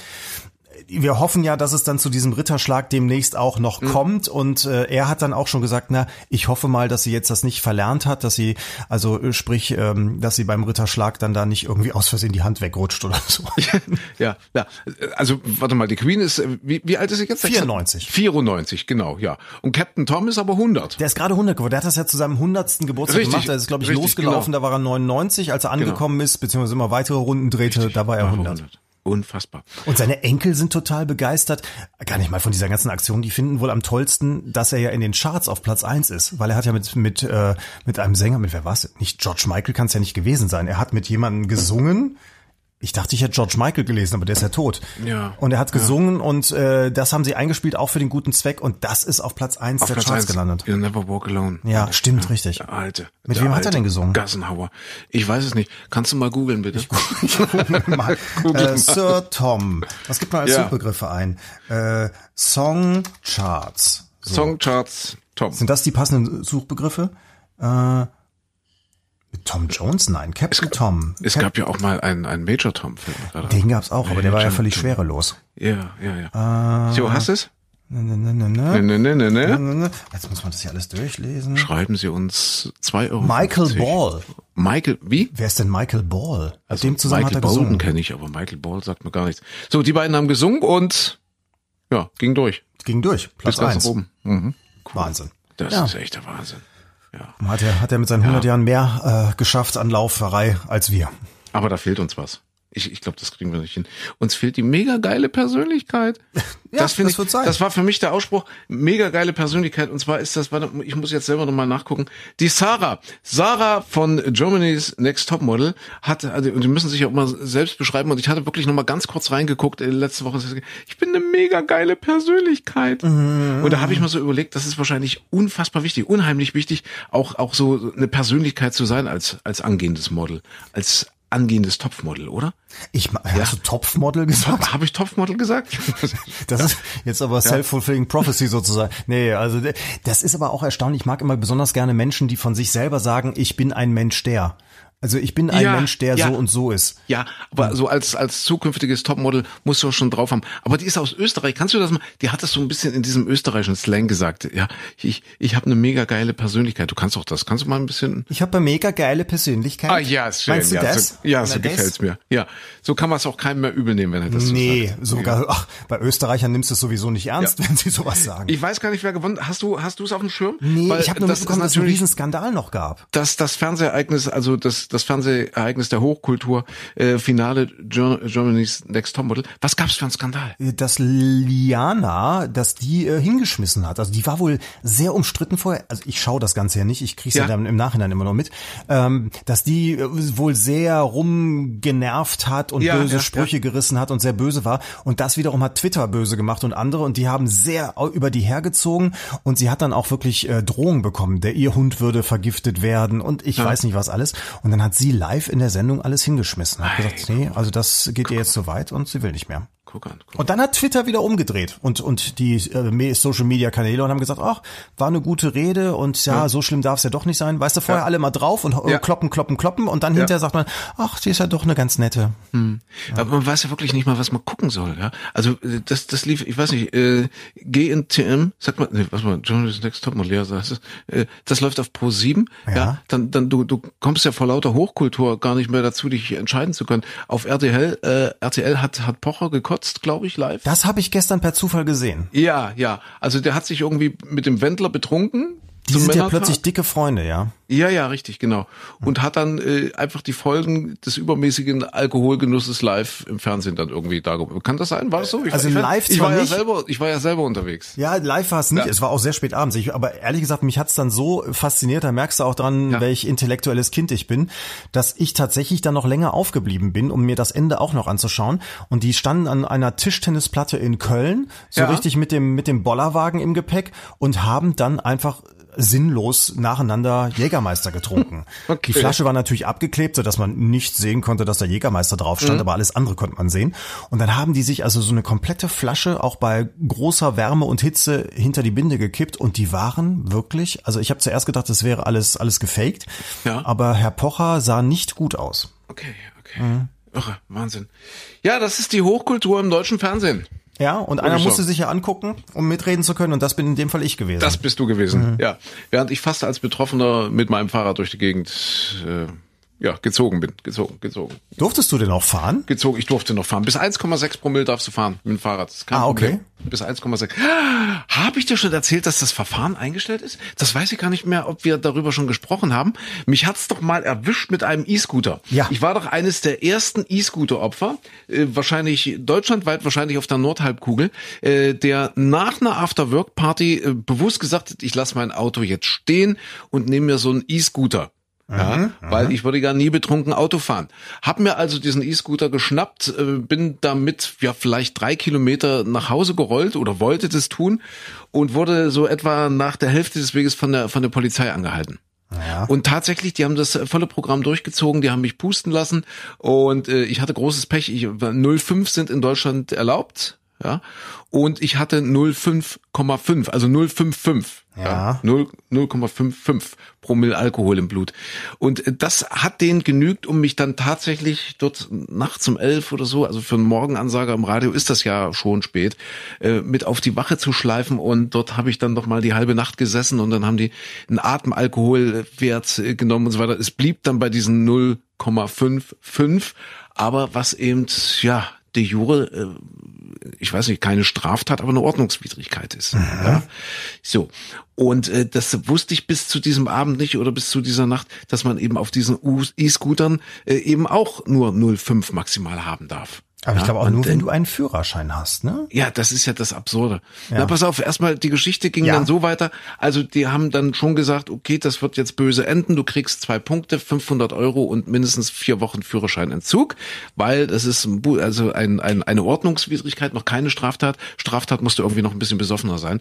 Wir hoffen ja, dass es dann zu diesem Ritterschlag demnächst auch noch mhm. kommt und äh, er hat dann auch schon gesagt, na, ich hoffe mal, dass sie jetzt das nicht verlernt hat, dass sie, also äh, sprich, ähm, dass sie beim Ritterschlag dann da nicht irgendwie aus Versehen die Hand wegrutscht oder so. Ja, ja, also warte mal, die Queen ist, wie, wie alt ist sie jetzt? vierundneunzig. vierundneunzig, genau, ja. Und Captain Tom ist aber hundert. Der ist gerade hundert geworden, der hat das ja zu seinem hundertsten Geburtstag richtig, gemacht, er ist, glaube ich, richtig, losgelaufen, genau. Da war er neunundneunzig, als er angekommen genau. ist, beziehungsweise immer weitere Runden drehte, richtig, da war er hundert. hundert. Unfassbar. Und seine Enkel sind total begeistert. Gar nicht mal von dieser ganzen Aktion. Die finden wohl am tollsten, dass er ja in den Charts auf Platz eins ist. Weil er hat ja mit mit äh, mit einem Sänger, mit wer war's? Nicht George Michael kann es ja nicht gewesen sein. Er hat mit jemandem gesungen. Ich dachte, ich hätte George Michael gelesen, aber der ist ja tot. Ja. Und er hat gesungen ja. und äh, das haben sie eingespielt, auch für den guten Zweck. Und das ist auf Platz eins auf der Platz Charts eins. Gelandet. You'll never walk alone. Ja, stimmt, ja. richtig. Der Alte. Mit der wem Alte hat er denn gesungen? Gassenhauer. Ich weiß es nicht. Kannst du mal googeln, bitte? Ich google mal. Google äh, mal. Sir Tom. Was gibt man als ja. Suchbegriffe ein? Äh, Songcharts. So. Songcharts Tom. Sind das die passenden Suchbegriffe? Äh, Tom Jones? Nein, Captain es, Tom. Es Cap- gab ja auch mal einen, einen Major Tom-Film. Den gab's auch, aber der war ja völlig schwerelos. Ja, ja, ja. Äh, so, hast du es? Ne, ne, ne, ne. Ne, ne, ne, ne. Ne, ne. Jetzt muss man das hier alles durchlesen. Schreiben Sie uns zwei Euro. Michael Ball. Michael, wie? Wer ist denn Michael Ball? Mit also dem zusammen Michael hat er gesungen. Bolton kenne ich, aber Michael Ball sagt mir gar nichts. So, die beiden haben gesungen und ja, ging durch. Ging durch. Platz eins. Oben. Mhm. Cool. Wahnsinn. Das ja. ist echt der Wahnsinn. Ja. Hat er, hat er mit seinen hundert ja. Jahren mehr äh, geschafft an Lauferei als wir. Aber da fehlt uns was. Ich, ich glaube, das kriegen wir nicht hin. Uns fehlt die mega geile Persönlichkeit. Ja, das finde das ich, wird sein. das war für mich der Ausspruch, mega geile Persönlichkeit. Und zwar ist das, warte, ich muss jetzt selber nochmal nachgucken, die Sarah. Sarah von Germany's Next Topmodel hat, also, und die müssen sich auch mal selbst beschreiben. Und ich hatte wirklich nochmal ganz kurz reingeguckt, äh, letzte Woche. Ich bin eine mega geile Persönlichkeit. Mhm. Und da habe ich mir so überlegt, das ist wahrscheinlich unfassbar wichtig, unheimlich wichtig, auch, auch so eine Persönlichkeit zu sein als, als angehendes Model, als angehendes Topfmodel, oder? Ich hast ja. du Topfmodel gesagt? Habe ich Topfmodel gesagt? Das ist jetzt aber self-fulfilling prophecy sozusagen. Nee, also das ist aber auch erstaunlich. Ich mag immer besonders gerne Menschen, die von sich selber sagen, ich bin ein Mensch der. Also ich bin ein ja, Mensch, der ja. so und so ist. Ja, aber so als als zukünftiges Topmodel musst du auch schon drauf haben. Aber die ist aus Österreich. Kannst du das mal? Die hat das so ein bisschen in diesem österreichischen Slang gesagt. Ja, ich ich habe eine mega geile Persönlichkeit. Du kannst auch das. Kannst du mal ein bisschen? Ich habe eine mega geile Persönlichkeit. Ah ja, ist schön. Meinst du ja, das? So, ja, so gefällt's mir. Ja, so kann man es auch keinem mehr übel nehmen, wenn er das nee, so sagt. sogar. Ja. Ach, bei Österreichern nimmst du es sowieso nicht ernst, ja. wenn sie sowas sagen. Ich weiß gar nicht, wer gewonnen. Hast du hast du es auf dem Schirm? Nee, Weil ich habe nur das mitbekommen, dass es einen natürlich riesen Skandal noch gab. Das das Fernsehereignis, also das das Fernsehereignis der Hochkultur, äh, Finale Germany's Next Topmodel. Was gab's für einen Skandal? Dass Liana, dass die äh, hingeschmissen hat. Also die war wohl sehr umstritten vorher. Also ich schaue das Ganze ja nicht, ich krieg's ja, ja dann im Nachhinein immer noch mit. Ähm, dass die äh, wohl sehr rumgenervt hat und ja, böse ja, Sprüche ja. gerissen hat und sehr böse war. Und das wiederum hat Twitter böse gemacht und andere. Und die haben sehr über die hergezogen. Und sie hat dann auch wirklich äh, Drohungen bekommen. Der ihr Hund würde vergiftet werden und ich ja. weiß nicht was alles. Und dann hat sie live in der Sendung alles hingeschmissen. Hat gesagt, nee, also das geht ihr jetzt so weit und sie will nicht mehr. Guck an, guck. Und dann hat Twitter wieder umgedreht und und die äh, Social Media Kanäle und haben gesagt, ach, war eine gute Rede und ja, ja. so schlimm darf es ja doch nicht sein. Weißt du, vorher ja. alle mal drauf und äh, ja. kloppen, kloppen, kloppen und dann ja. hinterher sagt man, ach, die ist ja doch eine ganz nette. Hm. Ja. Aber man weiß ja wirklich nicht mal, was man gucken soll. Ja, also das das lief, ich weiß nicht, äh, G N T M, sagt man, nee, was man, Germany's Next Topmodel, ja, das, ist, äh, das läuft auf Pro sieben. Ja. ja, dann dann du du kommst ja vor lauter Hochkultur gar nicht mehr dazu, dich entscheiden zu können. Auf R T L, äh, R T L hat hat Pocher gekotzt, glaube ich, live. Das habe ich gestern per Zufall gesehen. Ja, ja. Also der hat sich irgendwie mit dem Wendler betrunken. Die sind ja plötzlich dicke Freunde, ja. Ja, ja, richtig, genau. Und hat dann äh, einfach die Folgen des übermäßigen Alkoholgenusses live im Fernsehen dann irgendwie darüber. Kann das sein? War das so? Ich, also ich, live ich zwar war nicht. ja selber, ich war ja selber unterwegs. Ja, live war es nicht. Ja. Es war auch sehr spät abends. Ich, aber ehrlich gesagt, mich hat's dann so fasziniert. Da merkst du auch dran, ja. welch intellektuelles Kind ich bin, dass ich tatsächlich dann noch länger aufgeblieben bin, um mir das Ende auch noch anzuschauen. Und die standen an einer Tischtennisplatte in Köln, so ja. richtig mit dem mit dem Bollerwagen im Gepäck und haben dann einfach sinnlos nacheinander Jägermeister getrunken. Okay. Die Flasche war natürlich abgeklebt, sodass man nicht sehen konnte, dass da Jägermeister drauf stand, mhm. aber alles andere konnte man sehen. Und dann haben die sich also so eine komplette Flasche auch bei großer Wärme und Hitze hinter die Binde gekippt und die waren wirklich, also ich habe zuerst gedacht, das wäre alles alles gefaked, ja. aber Herr Pocher sah nicht gut aus. Okay, okay. Mhm. Irre, Wahnsinn. Ja, das ist die Hochkultur im deutschen Fernsehen. Ja, und einer musste sich ja angucken, um mitreden zu können, und das bin in dem Fall ich gewesen. Das bist du gewesen, mhm. ja. Während ich fast als Betroffener mit meinem Fahrrad durch die Gegend äh, ja, gezogen bin, gezogen, gezogen. Durftest du denn auch fahren? Gezogen, ich durfte noch fahren. Bis eins Komma sechs Promille darfst du fahren mit dem Fahrrad. Das ist kein ah, okay. Problem. Bis eins Komma sechs. Habe ich dir schon erzählt, dass das Verfahren eingestellt ist? Das weiß ich gar nicht mehr, ob wir darüber schon gesprochen haben. Mich hat's doch mal erwischt mit einem E-Scooter. Ja. Ich war doch eines der ersten E-Scooter-Opfer, äh, wahrscheinlich deutschlandweit, wahrscheinlich auf der Nordhalbkugel, äh, der nach einer After-Work-Party äh, bewusst gesagt hat, ich lasse mein Auto jetzt stehen und nehme mir so einen E-Scooter. Ja, mhm, weil ich würde gar nie betrunken Auto fahren. Hab mir also diesen E-Scooter geschnappt, bin damit ja vielleicht drei Kilometer nach Hause gerollt oder wollte das tun und wurde so etwa nach der Hälfte des Weges von der von der Polizei angehalten. Ja. Und tatsächlich, die haben das volle Programm durchgezogen, die haben mich pusten lassen und äh, ich hatte großes Pech. Ich, null Komma fünf sind in Deutschland erlaubt. Ja, und ich hatte null Komma fünf Komma fünf, also null Komma fünfundfünfzig. Ja. null Komma fünfundfünfzig Promille Alkohol im Blut. Und das hat denen genügt, um mich dann tatsächlich dort nachts um elf oder so, also für einen Morgenansager im Radio ist das ja schon spät, mit auf die Wache zu schleifen. Und dort habe ich dann noch mal die halbe Nacht gesessen und dann haben die einen Atemalkoholwert genommen und so weiter. Es blieb dann bei diesen null Komma fünfundfünfzig, aber was eben, ja, de jure ich weiß nicht, keine Straftat, aber eine Ordnungswidrigkeit ist. Mhm. Ja? So. Und äh, das wusste ich bis zu diesem Abend nicht oder bis zu dieser Nacht, dass man eben auf diesen E-Scootern äh, eben auch nur null Komma fünf maximal haben darf. Aber ja, ich glaube auch nur, wenn du einen Führerschein hast, ne? Ja, das ist ja das Absurde. Ja. Na, pass auf, erstmal, die Geschichte ging ja. dann so weiter. Also, die haben dann schon gesagt, okay, das wird jetzt böse enden. Du kriegst zwei Punkte, fünfhundert Euro und mindestens vier Wochen Führerscheinentzug, weil das ist also ein, ein, eine Ordnungswidrigkeit, noch keine Straftat. Straftat musst du irgendwie noch ein bisschen besoffener sein.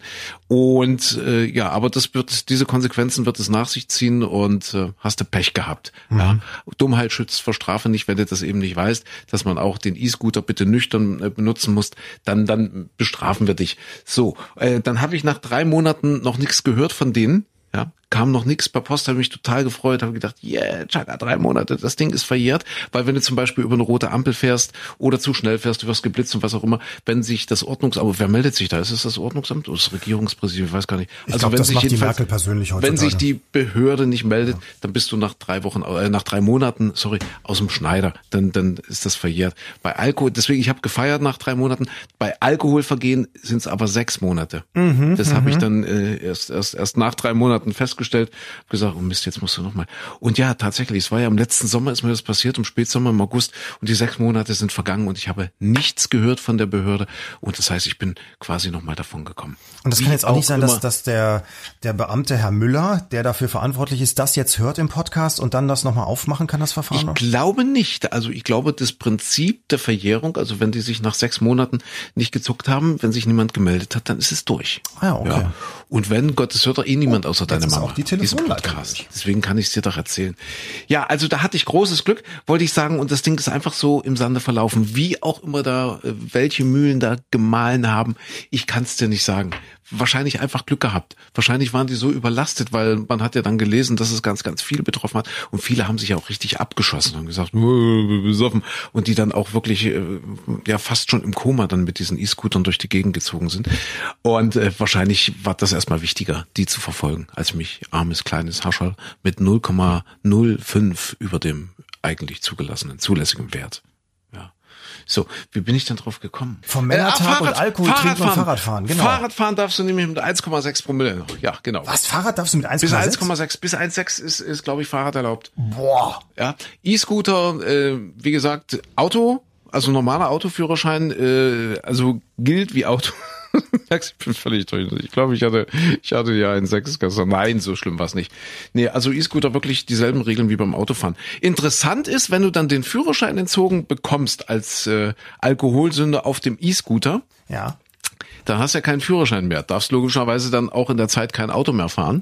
Und äh, ja, aber das wird, diese Konsequenzen wird es nach sich ziehen und äh, hast du Pech gehabt. Mhm. Ja. Dummheit schützt vor Strafe nicht, wenn du das eben nicht weißt, dass man auch den E-Scooter bitte nüchtern äh, benutzen musst, dann dann bestrafen wir dich. So, äh, dann habe ich nach drei Monaten noch nichts gehört von denen. Ja, kam noch nichts per Post, habe mich total gefreut, habe gedacht, yeah, Chaka, drei Monate, das Ding ist verjährt, weil wenn du zum Beispiel über eine rote Ampel fährst oder zu schnell fährst, du wirst geblitzt und was auch immer, wenn sich das Ordnungsamt, aber wer meldet sich da? Ist es das Ordnungsamt oder das Regierungspräsidium? Ich weiß gar nicht. Ich also glaub, wenn das sich macht die jedenfalls, Merkel persönlich heutzutage. Wenn sich die Behörde nicht meldet, ja. dann bist du nach drei Wochen, äh, nach drei Monaten, sorry, aus dem Schneider, dann dann ist das verjährt. Bei Alkohol, deswegen, ich habe gefeiert nach drei Monaten, bei Alkoholvergehen sind es aber sechs Monate. Mhm, das habe ich dann äh, erst erst erst nach drei Monaten festgestellt. Hab gesagt, oh Mist, jetzt musst du nochmal. Und ja, tatsächlich, es war ja im letzten Sommer ist mir das passiert, im Spätsommer, im August, und die sechs Monate sind vergangen und ich habe nichts gehört von der Behörde und das heißt, ich bin quasi nochmal davon gekommen. Und das Wie kann jetzt auch nicht sein, immer, dass, dass der, der Beamte Herr Müller, der dafür verantwortlich ist, das jetzt hört im Podcast und dann das nochmal aufmachen kann, das Verfahren? Ich glaube nicht. Also ich glaube, das Prinzip der Verjährung, also wenn die sich nach sechs Monaten nicht gezuckt haben, wenn sich niemand gemeldet hat, dann ist es durch. Ah, okay. Ja. Und wenn, Gott, es hört doch eh niemand außer deiner Mama. Auch die Podcast. Deswegen kann ich es dir doch erzählen. Ja, also da hatte ich großes Glück, wollte ich sagen, und das Ding ist einfach so im Sande verlaufen, wie auch immer da, welche Mühlen da gemahlen haben. Ich kann es dir nicht sagen. Wahrscheinlich einfach Glück gehabt. Wahrscheinlich waren die so überlastet, weil man hat ja dann gelesen, dass es ganz, ganz viele betroffen hat. Und viele haben sich ja auch richtig abgeschossen und gesagt, besoffen. Und die dann auch wirklich, ja, fast schon im Koma dann mit diesen E-Scootern durch die Gegend gezogen sind. Und äh, wahrscheinlich war das erstmal wichtiger, die zu verfolgen, als mich, armes kleines Hascherl, mit null Komma null fünf über dem eigentlich zugelassenen, zulässigen Wert. Ja. So, wie bin ich denn drauf gekommen? Vom Männertag äh, ah, und Alkohol trinken und Fahrradfahren, genau. Fahrradfahren darfst du nämlich mit eins Komma sechs Promille noch. Ja, genau. Was, Fahrrad darfst du mit eins Komma sechs? Bis eins Komma sechs, bis eins Komma sechs ist, ist glaube ich, Fahrrad erlaubt. Boah. Ja, E-Scooter, äh, wie gesagt, Auto, also normaler Autoführerschein, äh, also gilt wie Auto. Ich bin völlig durch. Ich glaube, ich hatte, ich hatte ja einen Sechsklässler. Nein, so schlimm war es nicht. Nee, also E-Scooter wirklich dieselben Regeln wie beim Autofahren. Interessant ist, wenn du dann den Führerschein entzogen bekommst als äh, Alkoholsünder auf dem E-Scooter. Ja. Dann hast du ja keinen Führerschein mehr. Darfst logischerweise dann auch in der Zeit kein Auto mehr fahren.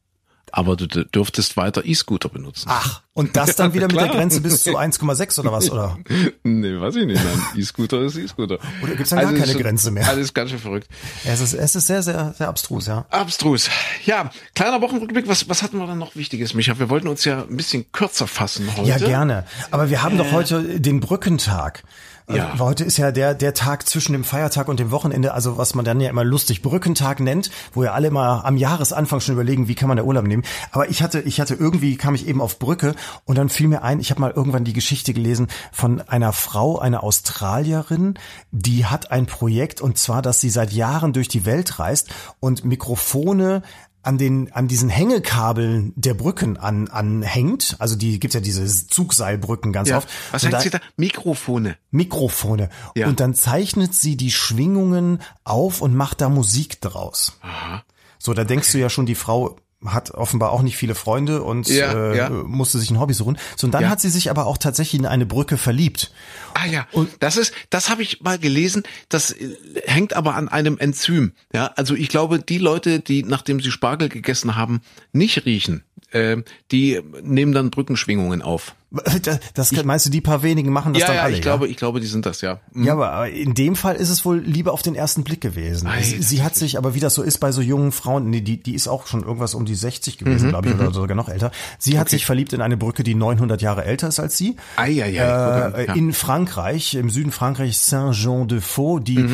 Aber du dürftest weiter E-Scooter benutzen. Ach, und das dann wieder mit der Grenze bis zu eins Komma sechs oder was, oder? Nee, weiß ich nicht. Nein, E-Scooter ist E-Scooter. Oder gibt's dann also gar keine schon, Grenze mehr? Alles ganz schön verrückt. Es ist, es ist sehr, sehr, sehr abstrus, ja. Abstrus. Ja, kleiner Wochenrückblick. Was, was hatten wir dann noch Wichtiges, Micha? Wir wollten uns ja ein bisschen kürzer fassen heute. Ja, gerne. Aber wir haben äh. doch heute den Brückentag. Ja. Heute ist ja der der Tag zwischen dem Feiertag und dem Wochenende, also was man dann ja immer lustig Brückentag nennt, wo ja alle immer am Jahresanfang schon überlegen, wie kann man da Urlaub nehmen. Aber ich hatte ich hatte irgendwie kam ich eben auf Brücke und dann fiel mir ein, ich habe mal irgendwann die Geschichte gelesen von einer Frau, einer Australierin, die hat ein Projekt und zwar, dass sie seit Jahren durch die Welt reist und Mikrofone an den an diesen Hängekabeln der Brücken an anhängt, also die gibt's ja diese Zugseilbrücken ganz ja. oft. Was heißt sie da? Mikrofone. Mikrofone. Ja. Und dann zeichnet sie die Schwingungen auf und macht da Musik draus. Aha. So, da denkst du ja schon, die Frau hat offenbar auch nicht viele Freunde und ja, äh, ja. musste sich ein Hobby suchen. So, und dann ja. hat sie sich aber auch tatsächlich in eine Brücke verliebt. Ah ja, und das ist, das habe ich mal gelesen, das hängt aber an einem Enzym. Ja, also ich glaube, die Leute, die nachdem sie Spargel gegessen haben, nicht riechen, äh, die nehmen dann Brückenschwingungen auf. Das meinst du, die paar wenigen machen das ja, dann ja, alle? Ich ja, glaube, ich glaube, die sind das, ja. Mhm. Ja, aber in dem Fall ist es wohl lieber auf den ersten Blick gewesen. Ei, sie sie hat sich, aber wie das so ist bei so jungen Frauen, nee, die die ist auch schon irgendwas um die sechzig gewesen, mhm, glaube ich, oder sogar noch älter. Sie hat okay. sich verliebt in eine Brücke, die neunhundert Jahre älter ist als sie. Ei, ei, ei, äh, ja. In Frankreich, im Süden Frankreichs, Saint-Jean-de-Faux, die mhm. die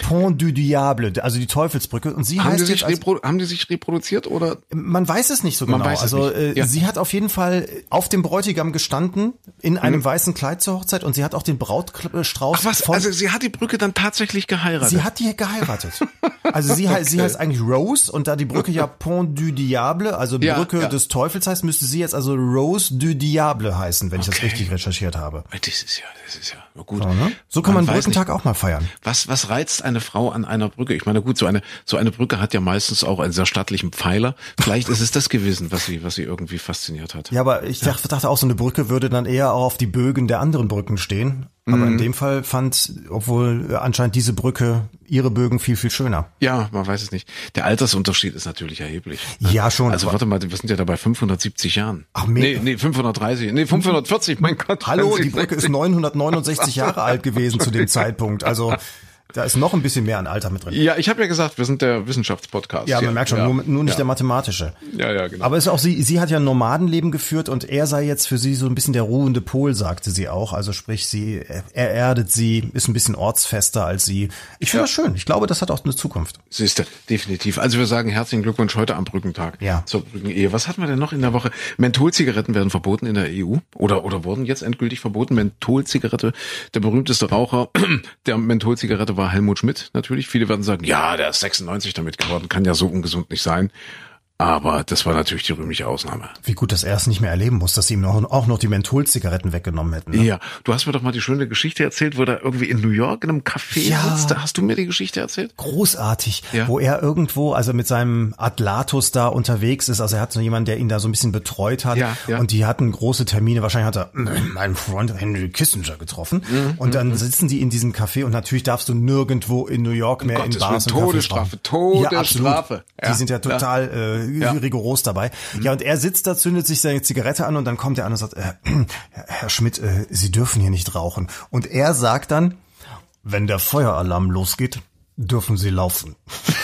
Pont du Diable, also die Teufelsbrücke. Und sie haben heißt die sich jetzt als, repro- haben die sich reproduziert oder? man weiß es nicht so Man genau. weiß es also nicht. äh, Ja. sie hat auf jeden Fall auf dem Bräutigam gestanden in einem Mhm. weißen Kleid zur Hochzeit und sie hat auch den Brautstrauß Ach was, von also sie hat die Brücke dann tatsächlich geheiratet. Sie hat die geheiratet. Also sie, okay. sie heißt eigentlich Rose und da die Brücke ja Pont du Diable, also Ja, Brücke ja. des Teufels heißt, müsste sie jetzt also Rose du Diable heißen, wenn ich Okay. das richtig recherchiert habe. Das ist ja, das ist ja gut. So, ne? so kann man, Man man weiß Brückentag auch mal feiern. Was, was reizt eine Frau an einer Brücke? Ich meine, gut, so eine, so eine Brücke hat ja meistens auch einen sehr stattlichen Pfeiler. Vielleicht ist es das gewesen, was sie, was sie irgendwie fasziniert hat. Ja, aber ich dachte, dachte auch, so eine Brücke würde dann eher auch auf die Bögen der anderen Brücken stehen. Aber Mhm. in dem Fall fand, obwohl anscheinend diese Brücke ihre Bögen viel, viel schöner. Ja, man weiß es nicht. Der Altersunterschied ist natürlich erheblich. Ja, schon. Also warte mal, wir sind ja da bei fünfhundertsiebzig Jahren. Ach, mega. nee, nee, fünfhundertdreißig, nee, fünfhundertvierzig, mein Gott. Hallo, die Brücke ist neunhundertneunundsechzig Jahre alt gewesen zu dem Zeitpunkt. Also da ist noch ein bisschen mehr an Alter mit drin. Ja, ich habe ja gesagt, wir sind der Wissenschaftspodcast. Ja, man hier. merkt schon, ja. nur, nur nicht ja. der mathematische. Ja, ja, genau. Aber es ist auch sie, sie hat ja ein Nomadenleben geführt und er sei jetzt für sie so ein bisschen der ruhende Pol, sagte sie auch. Also sprich, sie, er erdet sie, ist ein bisschen ortsfester als sie. Ich finde Ja. das schön. Ich glaube, das hat auch eine Zukunft. Siehste, definitiv. Also wir sagen herzlichen Glückwunsch heute am Brückentag Ja. zur Brückenehe. Was hatten wir denn noch in der Woche? Mentholzigaretten werden verboten in der E U oder oder wurden jetzt endgültig verboten. Mentholzigarette, der berühmteste Raucher der Mentholzigarette war Helmut Schmidt natürlich. Viele werden sagen, ja, der ist sechsundneunzig damit geworden, kann ja so ungesund nicht sein. Aber das war natürlich die rühmliche Ausnahme. Wie gut, dass er es nicht mehr erleben muss, dass sie ihm noch, auch noch die Mentholzigaretten weggenommen hätten. Ne? Ja, du hast mir doch mal die schöne Geschichte erzählt, wo er irgendwie in New York in einem Café Ja. sitzt. Da hast du mir die Geschichte erzählt? Großartig, Ja. wo er irgendwo, also mit seinem Atlatus da unterwegs ist, also er hat so jemanden, der ihn da so ein bisschen betreut hat Ja, ja. und die hatten große Termine, wahrscheinlich hat er meinen Freund Henry Kissinger getroffen Mhm, und dann sitzen die in diesem Café und natürlich darfst du nirgendwo in New York mehr in Gottes Bars Willen, und Todesstrafe, Cafés rauchen. Ja, Todesstrafe. absolut. Ja, Die sind ja total äh, Ja. rigoros dabei. Ja, und er sitzt da, zündet sich seine Zigarette an und dann kommt er an und sagt, äh, Herr Schmidt, äh, Sie dürfen hier nicht rauchen. Und er sagt dann, wenn der Feueralarm losgeht, dürfen Sie laufen.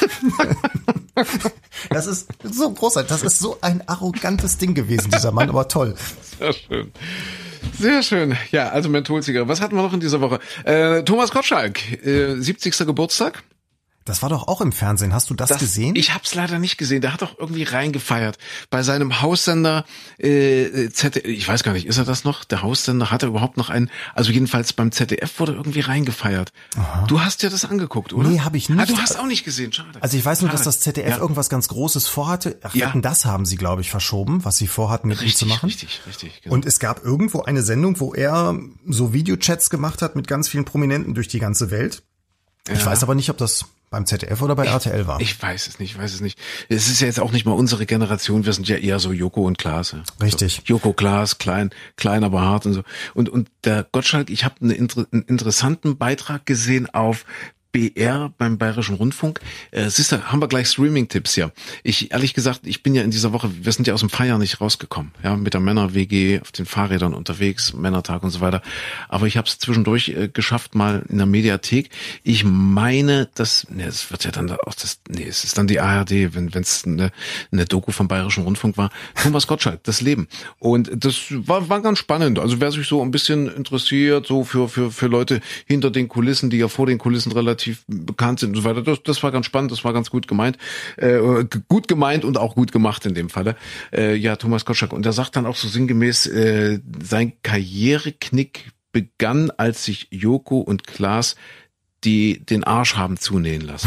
Das ist so großartig. Das ist so ein arrogantes Ding gewesen, dieser Mann, aber toll. Sehr schön. Sehr schön. Ja, also Mentholzigarette. Was hatten wir noch in dieser Woche? Äh, Thomas Gottschalk, äh, siebzigster Geburtstag. Das war doch auch im Fernsehen. Hast du das, Das, gesehen? Ich hab's leider nicht gesehen. Der hat doch irgendwie reingefeiert. Bei seinem Haussender äh, Z D F, ich weiß gar nicht, ist er das noch? Der Haussender, hat er überhaupt noch einen? Also jedenfalls beim Z D F wurde irgendwie reingefeiert. Aha. Du hast dir das angeguckt, oder? Nee, hab ich nicht. Ah, du hast auch nicht gesehen, schade. Also ich weiß nur, schade. dass das Z D F ja. irgendwas ganz Großes vorhatte. Ach, Ja. Wetten, das haben sie, glaube ich, verschoben, was sie vorhatten, mit ihm Richtig, zu machen. richtig, richtig. Genau. Und es gab irgendwo eine Sendung, wo er so Videochats gemacht hat mit ganz vielen Prominenten durch die ganze Welt. Ich Ja. weiß aber nicht, ob das beim Z D F oder bei R T L war. Ich weiß es nicht, ich weiß es nicht. Es ist ja jetzt auch nicht mal unsere Generation, wir sind ja eher so Joko und Klaas. Richtig. So, Joko, Klaas, klein, klein, aber hart und so. Und und der Gottschalk, ich habe eine, einen interessanten Beitrag gesehen auf B R beim Bayerischen Rundfunk. Äh, siehst du, haben wir gleich Streaming-Tipps hier. Ich, ehrlich gesagt, ich bin ja in dieser Woche, wir sind ja aus dem Feiern nicht rausgekommen, ja, mit der Männer-W G auf den Fahrrädern unterwegs, Männertag und so weiter. Aber ich habe es zwischendurch äh, geschafft, mal in der Mediathek. Ich meine, dass, ne, es wird ja dann auch das, nee, es ist dann die A R D, wenn es eine, eine Doku vom Bayerischen Rundfunk war. Thomas Gottschalk, das Leben. Und das war, war ganz spannend. Also wer sich so ein bisschen interessiert, so für für für Leute hinter den Kulissen, die ja vor den Kulissen relativ bekannt sind und so weiter. Das, das war ganz spannend, das war ganz gut gemeint. Äh, gut gemeint und auch gut gemacht in dem Falle. Äh, ja, Thomas Gottschalk. Und er sagt dann auch so sinngemäß, äh, sein Karriereknick begann, als sich Joko und Klaas die den Arsch haben zunähen lassen.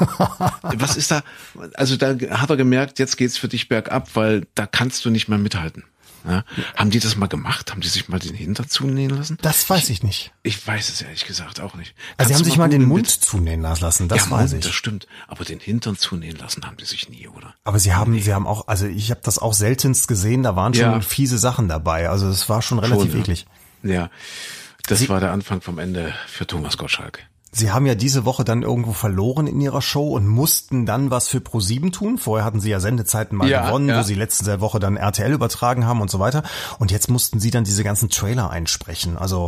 Was ist da? Also da hat er gemerkt, jetzt geht's für dich bergab, weil da kannst du nicht mehr mithalten. Ja, haben die das mal gemacht? Haben die sich mal den Hintern zunähen lassen? Das weiß ich nicht. Ich weiß es ehrlich gesagt auch nicht. Also sie Kannst haben du sich mal den googeln, Mund bitte? zunähen lassen, das ja, weiß Mund, ich. das stimmt. Aber den Hintern zunähen lassen haben die sich nie, oder? Aber sie haben, sie haben auch, also ich habe das auch seltenst gesehen, da waren schon Ja. fiese Sachen dabei. Also es war schon relativ Schon, ja. eklig. Ja, das Sie- war der Anfang vom Ende für Thomas Gottschalk. Sie haben ja diese Woche dann irgendwo verloren in ihrer Show und mussten dann was für ProSieben tun. Vorher hatten sie ja Sendezeiten mal Ja, gewonnen, ja. wo sie letzte Woche dann R T L übertragen haben und so weiter. Und jetzt mussten sie dann diese ganzen Trailer einsprechen. Also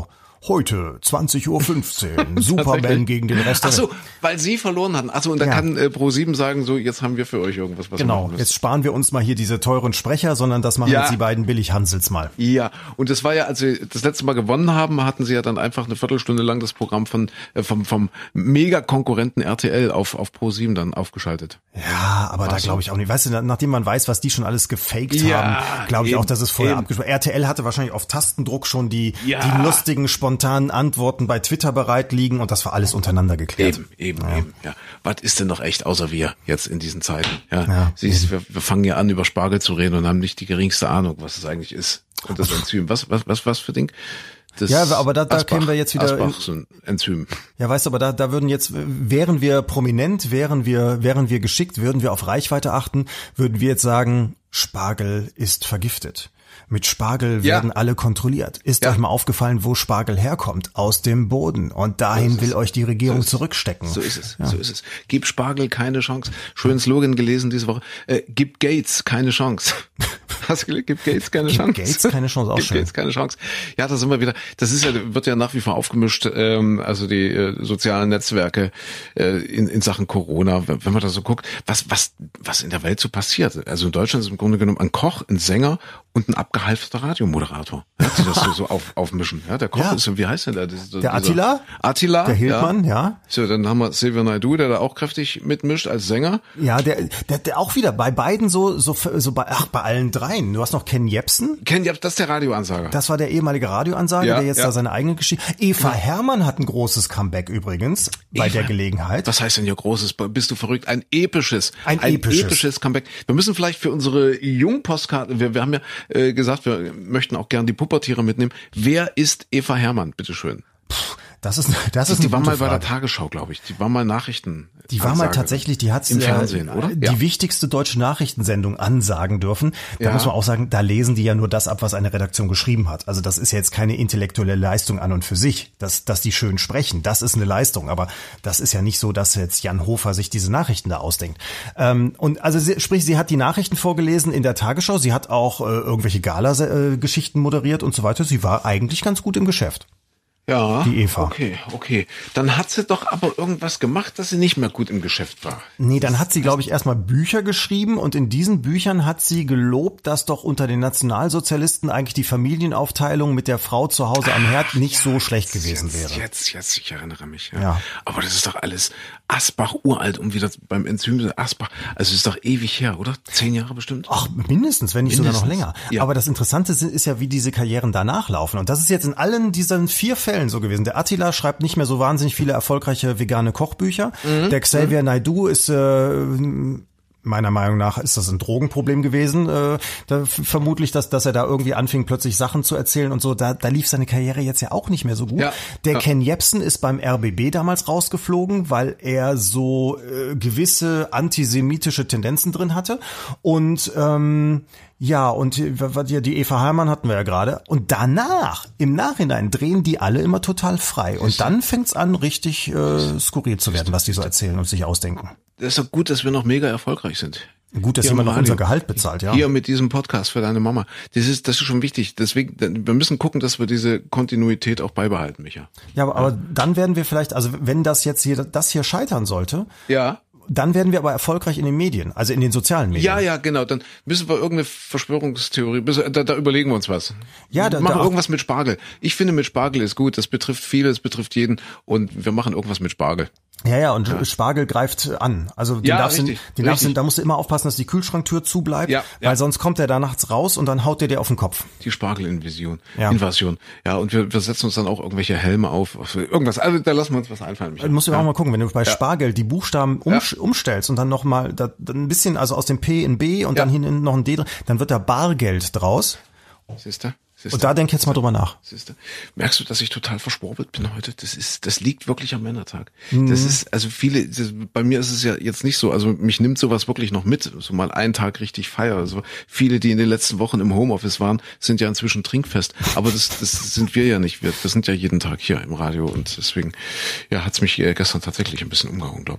Heute, zwanzig Uhr fünfzehn, Superman gegen den Rest der Ach so, Welt. weil sie verloren hatten. Ach so, und dann Ja. kann äh, ProSieben sagen, so, jetzt haben wir für euch irgendwas, was wir Genau, machen müssen. jetzt sparen wir uns mal hier diese teuren Sprecher, sondern das machen Ja. jetzt die beiden Billig-Hansels mal. Ja, und das war ja, als sie das letzte Mal gewonnen haben, hatten sie ja dann einfach eine Viertelstunde lang das Programm von äh, vom vom Mega-Konkurrenten R T L auf auf ProSieben dann aufgeschaltet. Ja, aber da so. glaube ich auch nicht. Weißt du, nachdem man weiß, was die schon alles gefaked Ja, haben, glaube ich eben, auch, dass es vorher eben. abgesprochen. R T L hatte wahrscheinlich auf Tastendruck schon die, Ja. die lustigen, spontanen Antworten bei Twitter bereit liegen und das war alles untereinander geklärt. Eben, eben, ja. eben. Ja, was ist denn noch echt außer wir jetzt in diesen Zeiten? Ja, Ja. Siehst, wir, wir fangen ja an über Spargel zu reden und haben nicht die geringste Ahnung, was es eigentlich ist. Und das Enzym, was was was was für Ding? Das Ja, aber da- da Asbach, kämen wir jetzt wieder Asbach, in- so ein Enzym. Ja, weißt du, aber da, da würden jetzt, wären wir prominent, wären wir, wären wir geschickt, würden wir auf Reichweite achten, würden wir jetzt sagen, Spargel ist vergiftet. Mit Spargel Ja. werden alle kontrolliert. Ist Ja. euch mal aufgefallen, wo Spargel herkommt? Aus dem Boden. Und dahin So ist will es. euch die Regierung So ist es. zurückstecken. So ist es, so ist es. Gib Spargel keine Chance. Schönen Slogan gelesen diese Woche. Äh, gib Gates keine Chance. Hast du gelesen? Gib Gates keine Gib Chance. Gates keine Chance, auch Gib schön. Gates keine Chance. Ja, da sind wir wieder. Das ist ja, wird ja nach wie vor aufgemischt, ähm, also die äh, sozialen Netzwerke äh, in, in Sachen Corona. Wenn wenn man da so guckt, was, was, was in der Welt so passiert. Also in Deutschland ist im Grunde genommen ein Koch, ein Sänger und ein abgehalfterter Radiomoderator, ja, die das so, so auf, aufmischen. Ja, der Koch Ja. ist, wie heißt denn der? Das ist so Der dieser- Attila? Attila. Der Hildmann, ja. So, dann haben wir Xavier Naidoo, der da auch kräftig mitmischt als Sänger. Ja, der, der, der auch wieder bei beiden so, so, so bei, ach, bei allen dreien. Du hast noch Ken Jepsen. Ken Jepsen, das ist der Radioansager. Das war der ehemalige Radioansager, Ja, der jetzt ja. da seine eigene Geschichte. Eva Herrmann hat ein großes Comeback übrigens bei Eva- der Gelegenheit. Was heißt denn hier großes? Bist du verrückt? Ein episches. Ein episches. Comeback. Wir müssen vielleicht für unsere Jungpostkarte, wir, wir haben ja äh, gesagt, wir möchten auch gern die Pubertiere mitnehmen. Wer ist Eva Herrmann? Bitteschön. Das ist, das ist Die eine war gute mal bei der Frage. Tagesschau, glaube ich. Die war mal Nachrichten. Die war mal tatsächlich, die hat im Fernsehen, oder? die Ja. wichtigste deutsche Nachrichtensendung ansagen dürfen. Da Ja. muss man auch sagen, da lesen die ja nur das ab, was eine Redaktion geschrieben hat. Also das ist ja jetzt keine intellektuelle Leistung an und für sich, dass, dass die schön sprechen. Das ist eine Leistung, aber das ist ja nicht so, dass jetzt Jan Hofer sich diese Nachrichten da ausdenkt. Ähm, und also sie, sprich, sie hat die Nachrichten vorgelesen in der Tagesschau. Sie hat auch äh, irgendwelche Gala-Geschichten moderiert und so weiter. Sie war eigentlich ganz gut im Geschäft. Ja. Die Eva. Okay, okay. Dann hat sie doch aber irgendwas gemacht, dass sie nicht mehr gut im Geschäft war. Nee, dann hat sie, glaube ich, erstmal Bücher geschrieben und in diesen Büchern hat sie gelobt, dass doch unter den Nationalsozialisten eigentlich die Familienaufteilung mit der Frau zu Hause am Herd nicht so schlecht gewesen jetzt, wäre. Jetzt, jetzt, ich erinnere mich. Ja. Ja. Aber das ist doch alles Asbach uralt, um wieder beim Enzym Asbach. Also es ist doch ewig her, oder? Zehn Jahre bestimmt? Ach, mindestens, wenn nicht sogar noch Mindestens. länger. Ja. Aber das Interessante ist, ist ja, wie diese Karrieren danach laufen. Und das ist jetzt in allen diesen vier Fällen so gewesen. Der Attila schreibt nicht mehr so wahnsinnig viele erfolgreiche vegane Kochbücher. Mhm. Der Xavier Naidoo ist äh, meiner Meinung nach ist das ein Drogenproblem gewesen. Äh, da f- vermutlich, dass, dass er da irgendwie anfing, plötzlich Sachen zu erzählen und so. Da, da lief seine Karriere jetzt ja auch nicht mehr so gut. Ja, Der ja. Ken Jepsen ist beim R B B damals rausgeflogen, weil er so äh, gewisse antisemitische Tendenzen drin hatte. Und ähm, ja, und die, die die Eva Herrmann hatten wir ja gerade. Und danach, im Nachhinein, drehen die alle immer total frei. Und dann fängt's an, richtig äh, skurril zu werden, was die so erzählen und sich ausdenken. Das ist doch gut, dass wir noch mega erfolgreich sind. Gut, dass Hier jemand im noch unser Radio. Gehalt bezahlt, ja. Hier mit diesem Podcast für deine Mama. Das ist, das ist schon wichtig. Deswegen, wir müssen gucken, dass wir diese Kontinuität auch beibehalten, Micha. Ja, aber, aber dann werden wir vielleicht, also wenn das jetzt hier, das hier scheitern sollte, Ja. dann werden wir aber erfolgreich in den Medien, also in den sozialen Medien. Ja, ja, genau. Dann müssen wir irgendeine Verschwörungstheorie, da, da überlegen wir uns was. Ja, da- machen da- irgendwas mit Spargel. Ich finde, mit Spargel ist gut. Das betrifft viele, es betrifft jeden. Und wir machen irgendwas mit Spargel. Ja, ja, und Spargel greift an. Also den Ja, darfst du, richtig, den darfst du, richtig. da musst du immer aufpassen, dass die Kühlschranktür zu bleibt, Ja, ja. weil sonst kommt der da nachts raus und dann haut der dir auf den Kopf. Die Spargelinvasion. Ja. Invasion. Ja, und wir, wir setzen uns dann auch irgendwelche Helme auf. Irgendwas. Also da lassen wir uns was einfallen. Micha. Du musst ja auch ja. mal gucken, wenn du bei Spargel die Buchstaben um, Ja. umstellst und dann nochmal da, dann ein bisschen, also aus dem P in B und Ja. dann hinten noch ein D drin, dann wird da Bargeld draus. Siehst du? Siehst Und du? da denk jetzt mal drüber nach. Siehst du? Merkst du, dass ich total verschwurbelt bin heute? Das ist, das liegt wirklich am Männertag. Mhm. Das ist, also viele, das, bei mir ist es ja jetzt nicht so, also mich nimmt sowas wirklich noch mit, so mal einen Tag richtig feiern. Also viele, die in den letzten Wochen im Homeoffice waren, sind ja inzwischen trinkfest. Aber das, das sind wir ja nicht. Wir, wir sind ja jeden Tag hier im Radio und deswegen, ja, hat's mich äh, gestern tatsächlich ein bisschen umgehauen, glaube ich.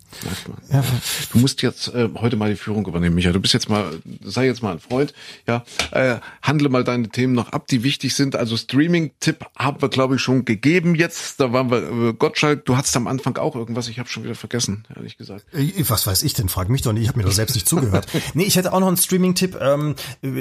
Ja. Du musst jetzt äh, heute mal die Führung übernehmen, Micha. Du bist jetzt mal, sei jetzt mal ein Freund, ja, äh, handle mal deine Themen noch ab, die wichtig sind. Also Streaming-Tipp haben wir, glaube ich, schon gegeben jetzt. Da waren wir, äh, Gottschalk, du hattest am Anfang auch irgendwas, ich habe schon wieder vergessen, ehrlich gesagt. Was weiß ich denn? Frag mich doch nicht, ich habe mir doch selbst nicht zugehört. Nee, ich hätte auch noch einen Streaming-Tipp. Ähm,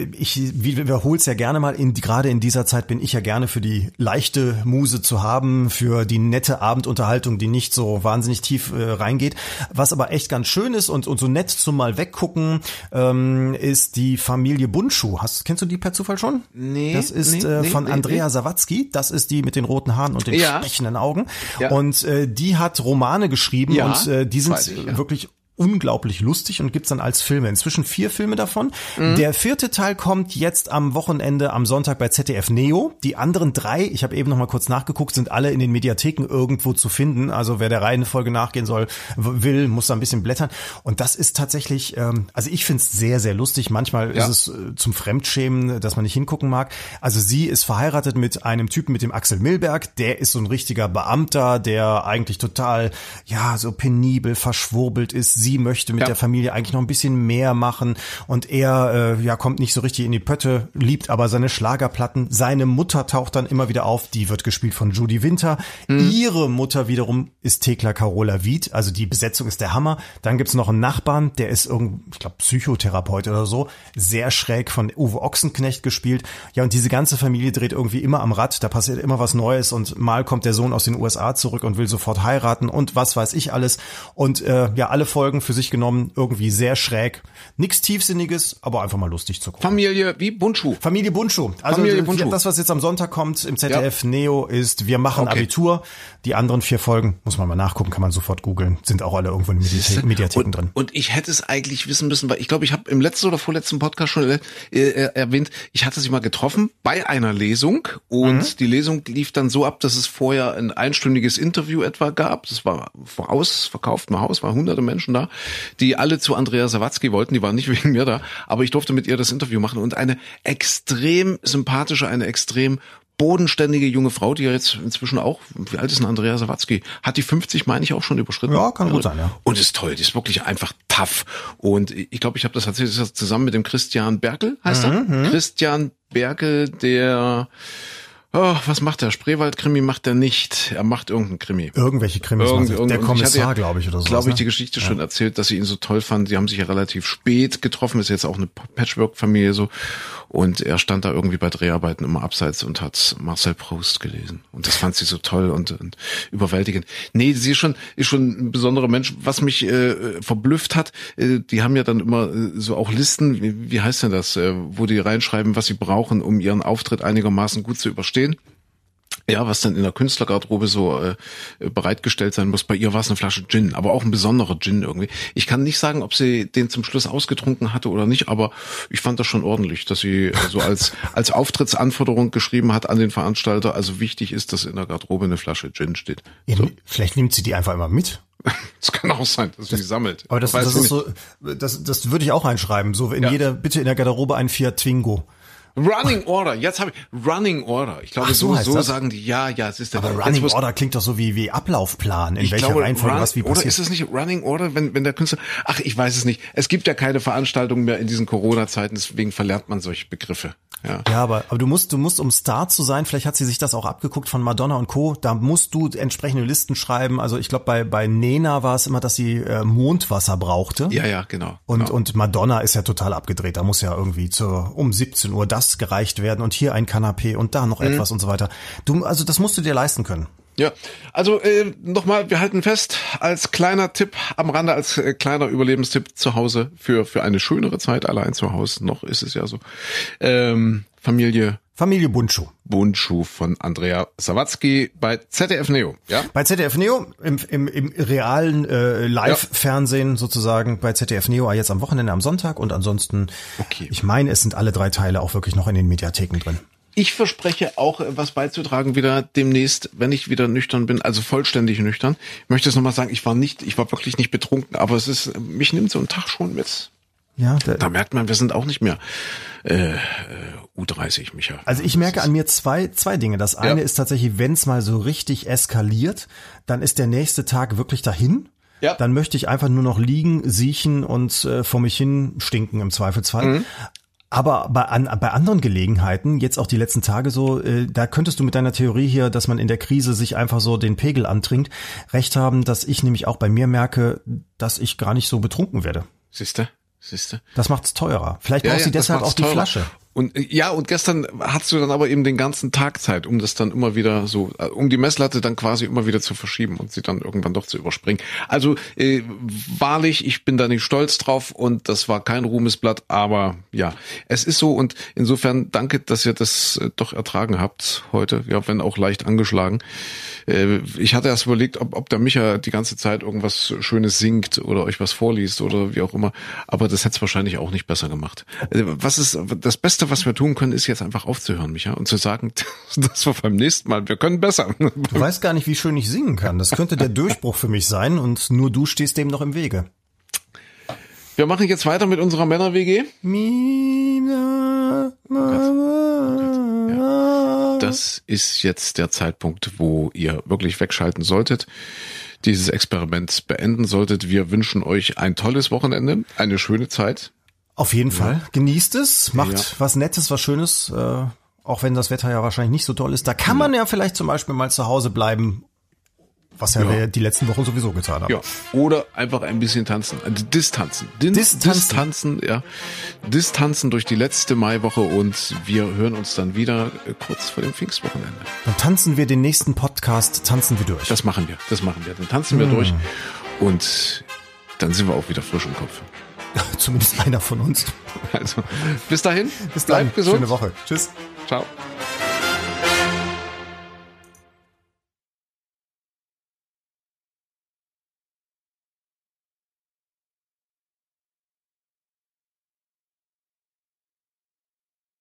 ich wiederhole es ja gerne mal, in, gerade in dieser Zeit bin ich ja gerne für die leichte Muse zu haben, für die nette Abendunterhaltung, die nicht so wahnsinnig tief äh, reingeht. Was aber echt ganz schön ist und, und so nett zum mal weggucken, ähm, ist die Familie Bundschuh. Hast, kennst du die per Zufall schon? Nee. Das ist nee, äh, nee, von nee, Andrea nee. Sawatzki. Das ist die mit den roten Haaren und den ja. sprechenden Augen. Ja. Und äh, die hat Romane geschrieben ja, und äh, die sind weiß ich, ja. wirklich unglaublich lustig und gibt's dann als Filme. Inzwischen vier Filme davon. Mhm. Der vierte Teil kommt jetzt am Wochenende, am Sonntag bei Z D F Neo. Die anderen drei, ich habe eben noch mal kurz nachgeguckt, sind alle in den Mediatheken irgendwo zu finden. Also wer der Reihenfolge nachgehen soll, will, muss da ein bisschen blättern. Und das ist tatsächlich, ähm, also ich find's sehr, sehr lustig. Manchmal ja. ist es äh, zum Fremdschämen, dass man nicht hingucken mag. Also sie ist verheiratet mit einem Typen, mit dem Axel Milberg. Der ist so ein richtiger Beamter, der eigentlich total, ja, so penibel, verschwurbelt ist. Sie möchte mit ja. der Familie eigentlich noch ein bisschen mehr machen und er äh, ja kommt nicht so richtig in die Pötte, liebt aber seine Schlagerplatten. Seine Mutter taucht dann immer wieder auf, die wird gespielt von Judy Winter. Mhm. Ihre Mutter wiederum ist Thekla Carola Wied, also die Besetzung ist der Hammer. Dann gibt's noch einen Nachbarn, der ist irgend, ich glaube Psychotherapeut oder so, sehr schräg von Uwe Ochsenknecht gespielt. Ja, und diese ganze Familie dreht irgendwie immer am Rad, da passiert immer was Neues und mal kommt der Sohn aus den U S A zurück und will sofort heiraten und was weiß ich alles. Und äh, ja, alle Folgen für sich genommen irgendwie sehr schräg. Nichts Tiefsinniges, aber einfach mal lustig zu gucken. Familie wie Bundschuh. Familie Bundschuh. Also Familie Bundschuh. Das, was jetzt am Sonntag kommt im Z D F ja. Neo ist Wir machen okay. Abitur. Die anderen vier Folgen, muss man mal nachgucken, kann man sofort googeln, sind auch alle irgendwo in den Mediatheken, Mediatheken und, drin. Und ich hätte es eigentlich wissen müssen, weil ich glaube, ich habe im letzten oder vorletzten Podcast schon äh, äh, erwähnt, ich hatte sie mal getroffen bei einer Lesung und mhm. die Lesung lief dann so ab, dass es vorher ein einstündiges Interview etwa gab. Das war vorausverkauft im Haus, waren hunderte Menschen da, die alle zu Andrea Sawatzki wollten, die waren nicht wegen mir da, aber ich durfte mit ihr das Interview machen und eine extrem sympathische, eine extrem bodenständige junge Frau, die ja jetzt inzwischen auch, wie alt ist denn Andrea Sawatzki? Hat die fünfzig, meine ich, auch schon überschritten? Ja, kann gut sein, ja. Und ist toll, die ist wirklich einfach tough. Und ich glaube, ich habe das erzählt, das zusammen mit dem Christian Berkel, heißt er? Mhm. Christian Berkel, der... Oh, was macht der? Spreewald-Krimi macht er nicht. Er macht irgendeinen Krimi. Irgendwelche Krimis. Irgend, macht der Kommissar, ja, glaube ich, oder so. Glaube ich, die Geschichte ja. schon erzählt, dass sie ihn so toll fand. Die haben sich ja relativ spät getroffen. Ist jetzt auch eine Patchwork-Familie so. Und er stand da irgendwie bei Dreharbeiten immer abseits und hat Marcel Proust gelesen. Und das fand sie so toll und, und überwältigend. Nee, sie ist schon, ist schon ein besonderer Mensch. Was mich äh, verblüfft hat, äh, die haben ja dann immer äh, so auch Listen, wie, wie heißt denn das, äh, wo die reinschreiben, was sie brauchen, um ihren Auftritt einigermaßen gut zu überstehen. Ja, was dann in der Künstlergarderobe so äh, bereitgestellt sein muss. Bei ihr war es eine Flasche Gin, aber auch ein besonderer Gin irgendwie. Ich kann nicht sagen, ob sie den zum Schluss ausgetrunken hatte oder nicht, aber ich fand das schon ordentlich, dass sie so als als Auftrittsanforderung geschrieben hat an den Veranstalter, also wichtig ist, dass in der Garderobe eine Flasche Gin steht. Ja, so. Vielleicht nimmt sie die einfach immer mit. Das kann auch sein, dass sie die sammelt. Aber das, das ist so, das, das würde ich auch einschreiben. So in ja. jeder, bitte in der Garderobe ein Fiat Twingo. Running Order, jetzt habe ich Running Order. Ich glaube, Ach, so, so, so sagen die, ja, ja, es ist der. Aber Running jetzt, Order klingt doch so wie wie Ablaufplan, in welcher glaube, Reihenfolge run, was wie passiert. Oder ist es nicht Running Order, wenn wenn der Künstler? Ach, ich weiß es nicht. Es gibt ja keine Veranstaltungen mehr in diesen Corona-Zeiten, deswegen verlernt man solche Begriffe. Ja, ja aber aber du musst du musst um Star zu sein, vielleicht hat sie sich das auch abgeguckt von Madonna und Co. Da musst du entsprechende Listen schreiben. Also ich glaube bei bei Nena war es immer, dass sie äh, Mondwasser brauchte. Ja, ja, genau. Und genau. und Madonna ist ja total abgedreht. Da muss ja irgendwie zur um siebzehn Uhr das gereicht werden und hier ein Kanapé und da noch mhm. etwas und so weiter. Du, also das musst du dir leisten können. Ja, also äh, nochmal, wir halten fest, als kleiner Tipp am Rande, als äh, kleiner Überlebenstipp zu Hause für für eine schönere Zeit allein zu Hause, noch ist es ja so, ähm, Familie Familie Bundschuh. Bundschuh von Andrea Sawatzki bei Z D F Neo, ja? Bei Z D F Neo, im, im, im realen äh, Live-Fernsehen ja. sozusagen, bei Z D F Neo jetzt am Wochenende, am Sonntag und ansonsten, okay. Ich meine, es sind alle drei Teile auch wirklich noch in den Mediatheken drin. Ich verspreche auch, was beizutragen wieder demnächst, wenn ich wieder nüchtern bin, also vollständig nüchtern. Ich möchte es nochmal sagen, ich war nicht, ich war wirklich nicht betrunken, aber es ist, mich nimmt so ein Tag schon mit. Ja, da merkt man, wir sind auch nicht mehr äh, U dreißig, Micha. Also ich merke an mir zwei zwei Dinge. Das eine ja. ist tatsächlich, wenn es mal so richtig eskaliert, dann ist der nächste Tag wirklich dahin. Ja. dann möchte ich einfach nur noch liegen, siechen und äh, vor mich hin stinken im Zweifelsfall. Mhm. Aber bei, an, bei anderen Gelegenheiten, jetzt auch die letzten Tage so, äh, da könntest du mit deiner Theorie hier, dass man in der Krise sich einfach so den Pegel antrinkt, recht haben, dass ich nämlich auch bei mir merke, dass ich gar nicht so betrunken werde. Siehste, siehste. Das macht's teurer. Vielleicht Ja, brauchst du ja, das deshalb macht's auch die teurer. Flasche. Und ja, und gestern hattest du dann aber eben den ganzen Tag Zeit, um das dann immer wieder so, um die Messlatte dann quasi immer wieder zu verschieben und sie dann irgendwann doch zu überspringen. Also äh, wahrlich, ich bin da nicht stolz drauf und das war kein Ruhmesblatt, aber ja, es ist so und insofern danke, dass ihr das äh, doch ertragen habt heute, ja, wenn auch leicht angeschlagen. Äh, ich hatte erst überlegt, ob, ob der Micha die ganze Zeit irgendwas Schönes singt oder euch was vorliest oder wie auch immer, aber das hätte es wahrscheinlich auch nicht besser gemacht. Äh, was ist das Beste, was wir tun können, ist jetzt einfach aufzuhören, Micha, und zu sagen, das war beim nächsten Mal, wir können besser. Du weißt gar nicht, wie schön ich singen kann. Das könnte der Durchbruch für mich sein und nur du stehst dem noch im Wege. Wir machen jetzt weiter mit unserer Männer-W G. Ja, das ist jetzt der Zeitpunkt, wo ihr wirklich wegschalten solltet, dieses Experiment beenden solltet. Wir wünschen euch ein tolles Wochenende, eine schöne Zeit. Auf jeden Fall. Genießt es, macht Ja. was Nettes, was Schönes, äh, auch wenn das Wetter ja wahrscheinlich nicht so toll ist. Da kann man ja vielleicht zum Beispiel mal zu Hause bleiben, was ja, Ja. wir die letzten Wochen sowieso getan haben. Ja, oder einfach ein bisschen tanzen, also distanzen. Din- Distanzen. Distanzen, ja. Distanzen durch die letzte Maiwoche und wir hören uns dann wieder äh, kurz vor dem Pfingstwochenende. Dann tanzen wir den nächsten Podcast, tanzen wir durch. Das machen wir, das machen wir. Dann tanzen wir durch und dann sind wir auch wieder frisch im Kopf. Zumindest einer von uns. Also, bis dahin, Bis dann. bleibt gesund. Schöne Woche. Tschüss. Ciao.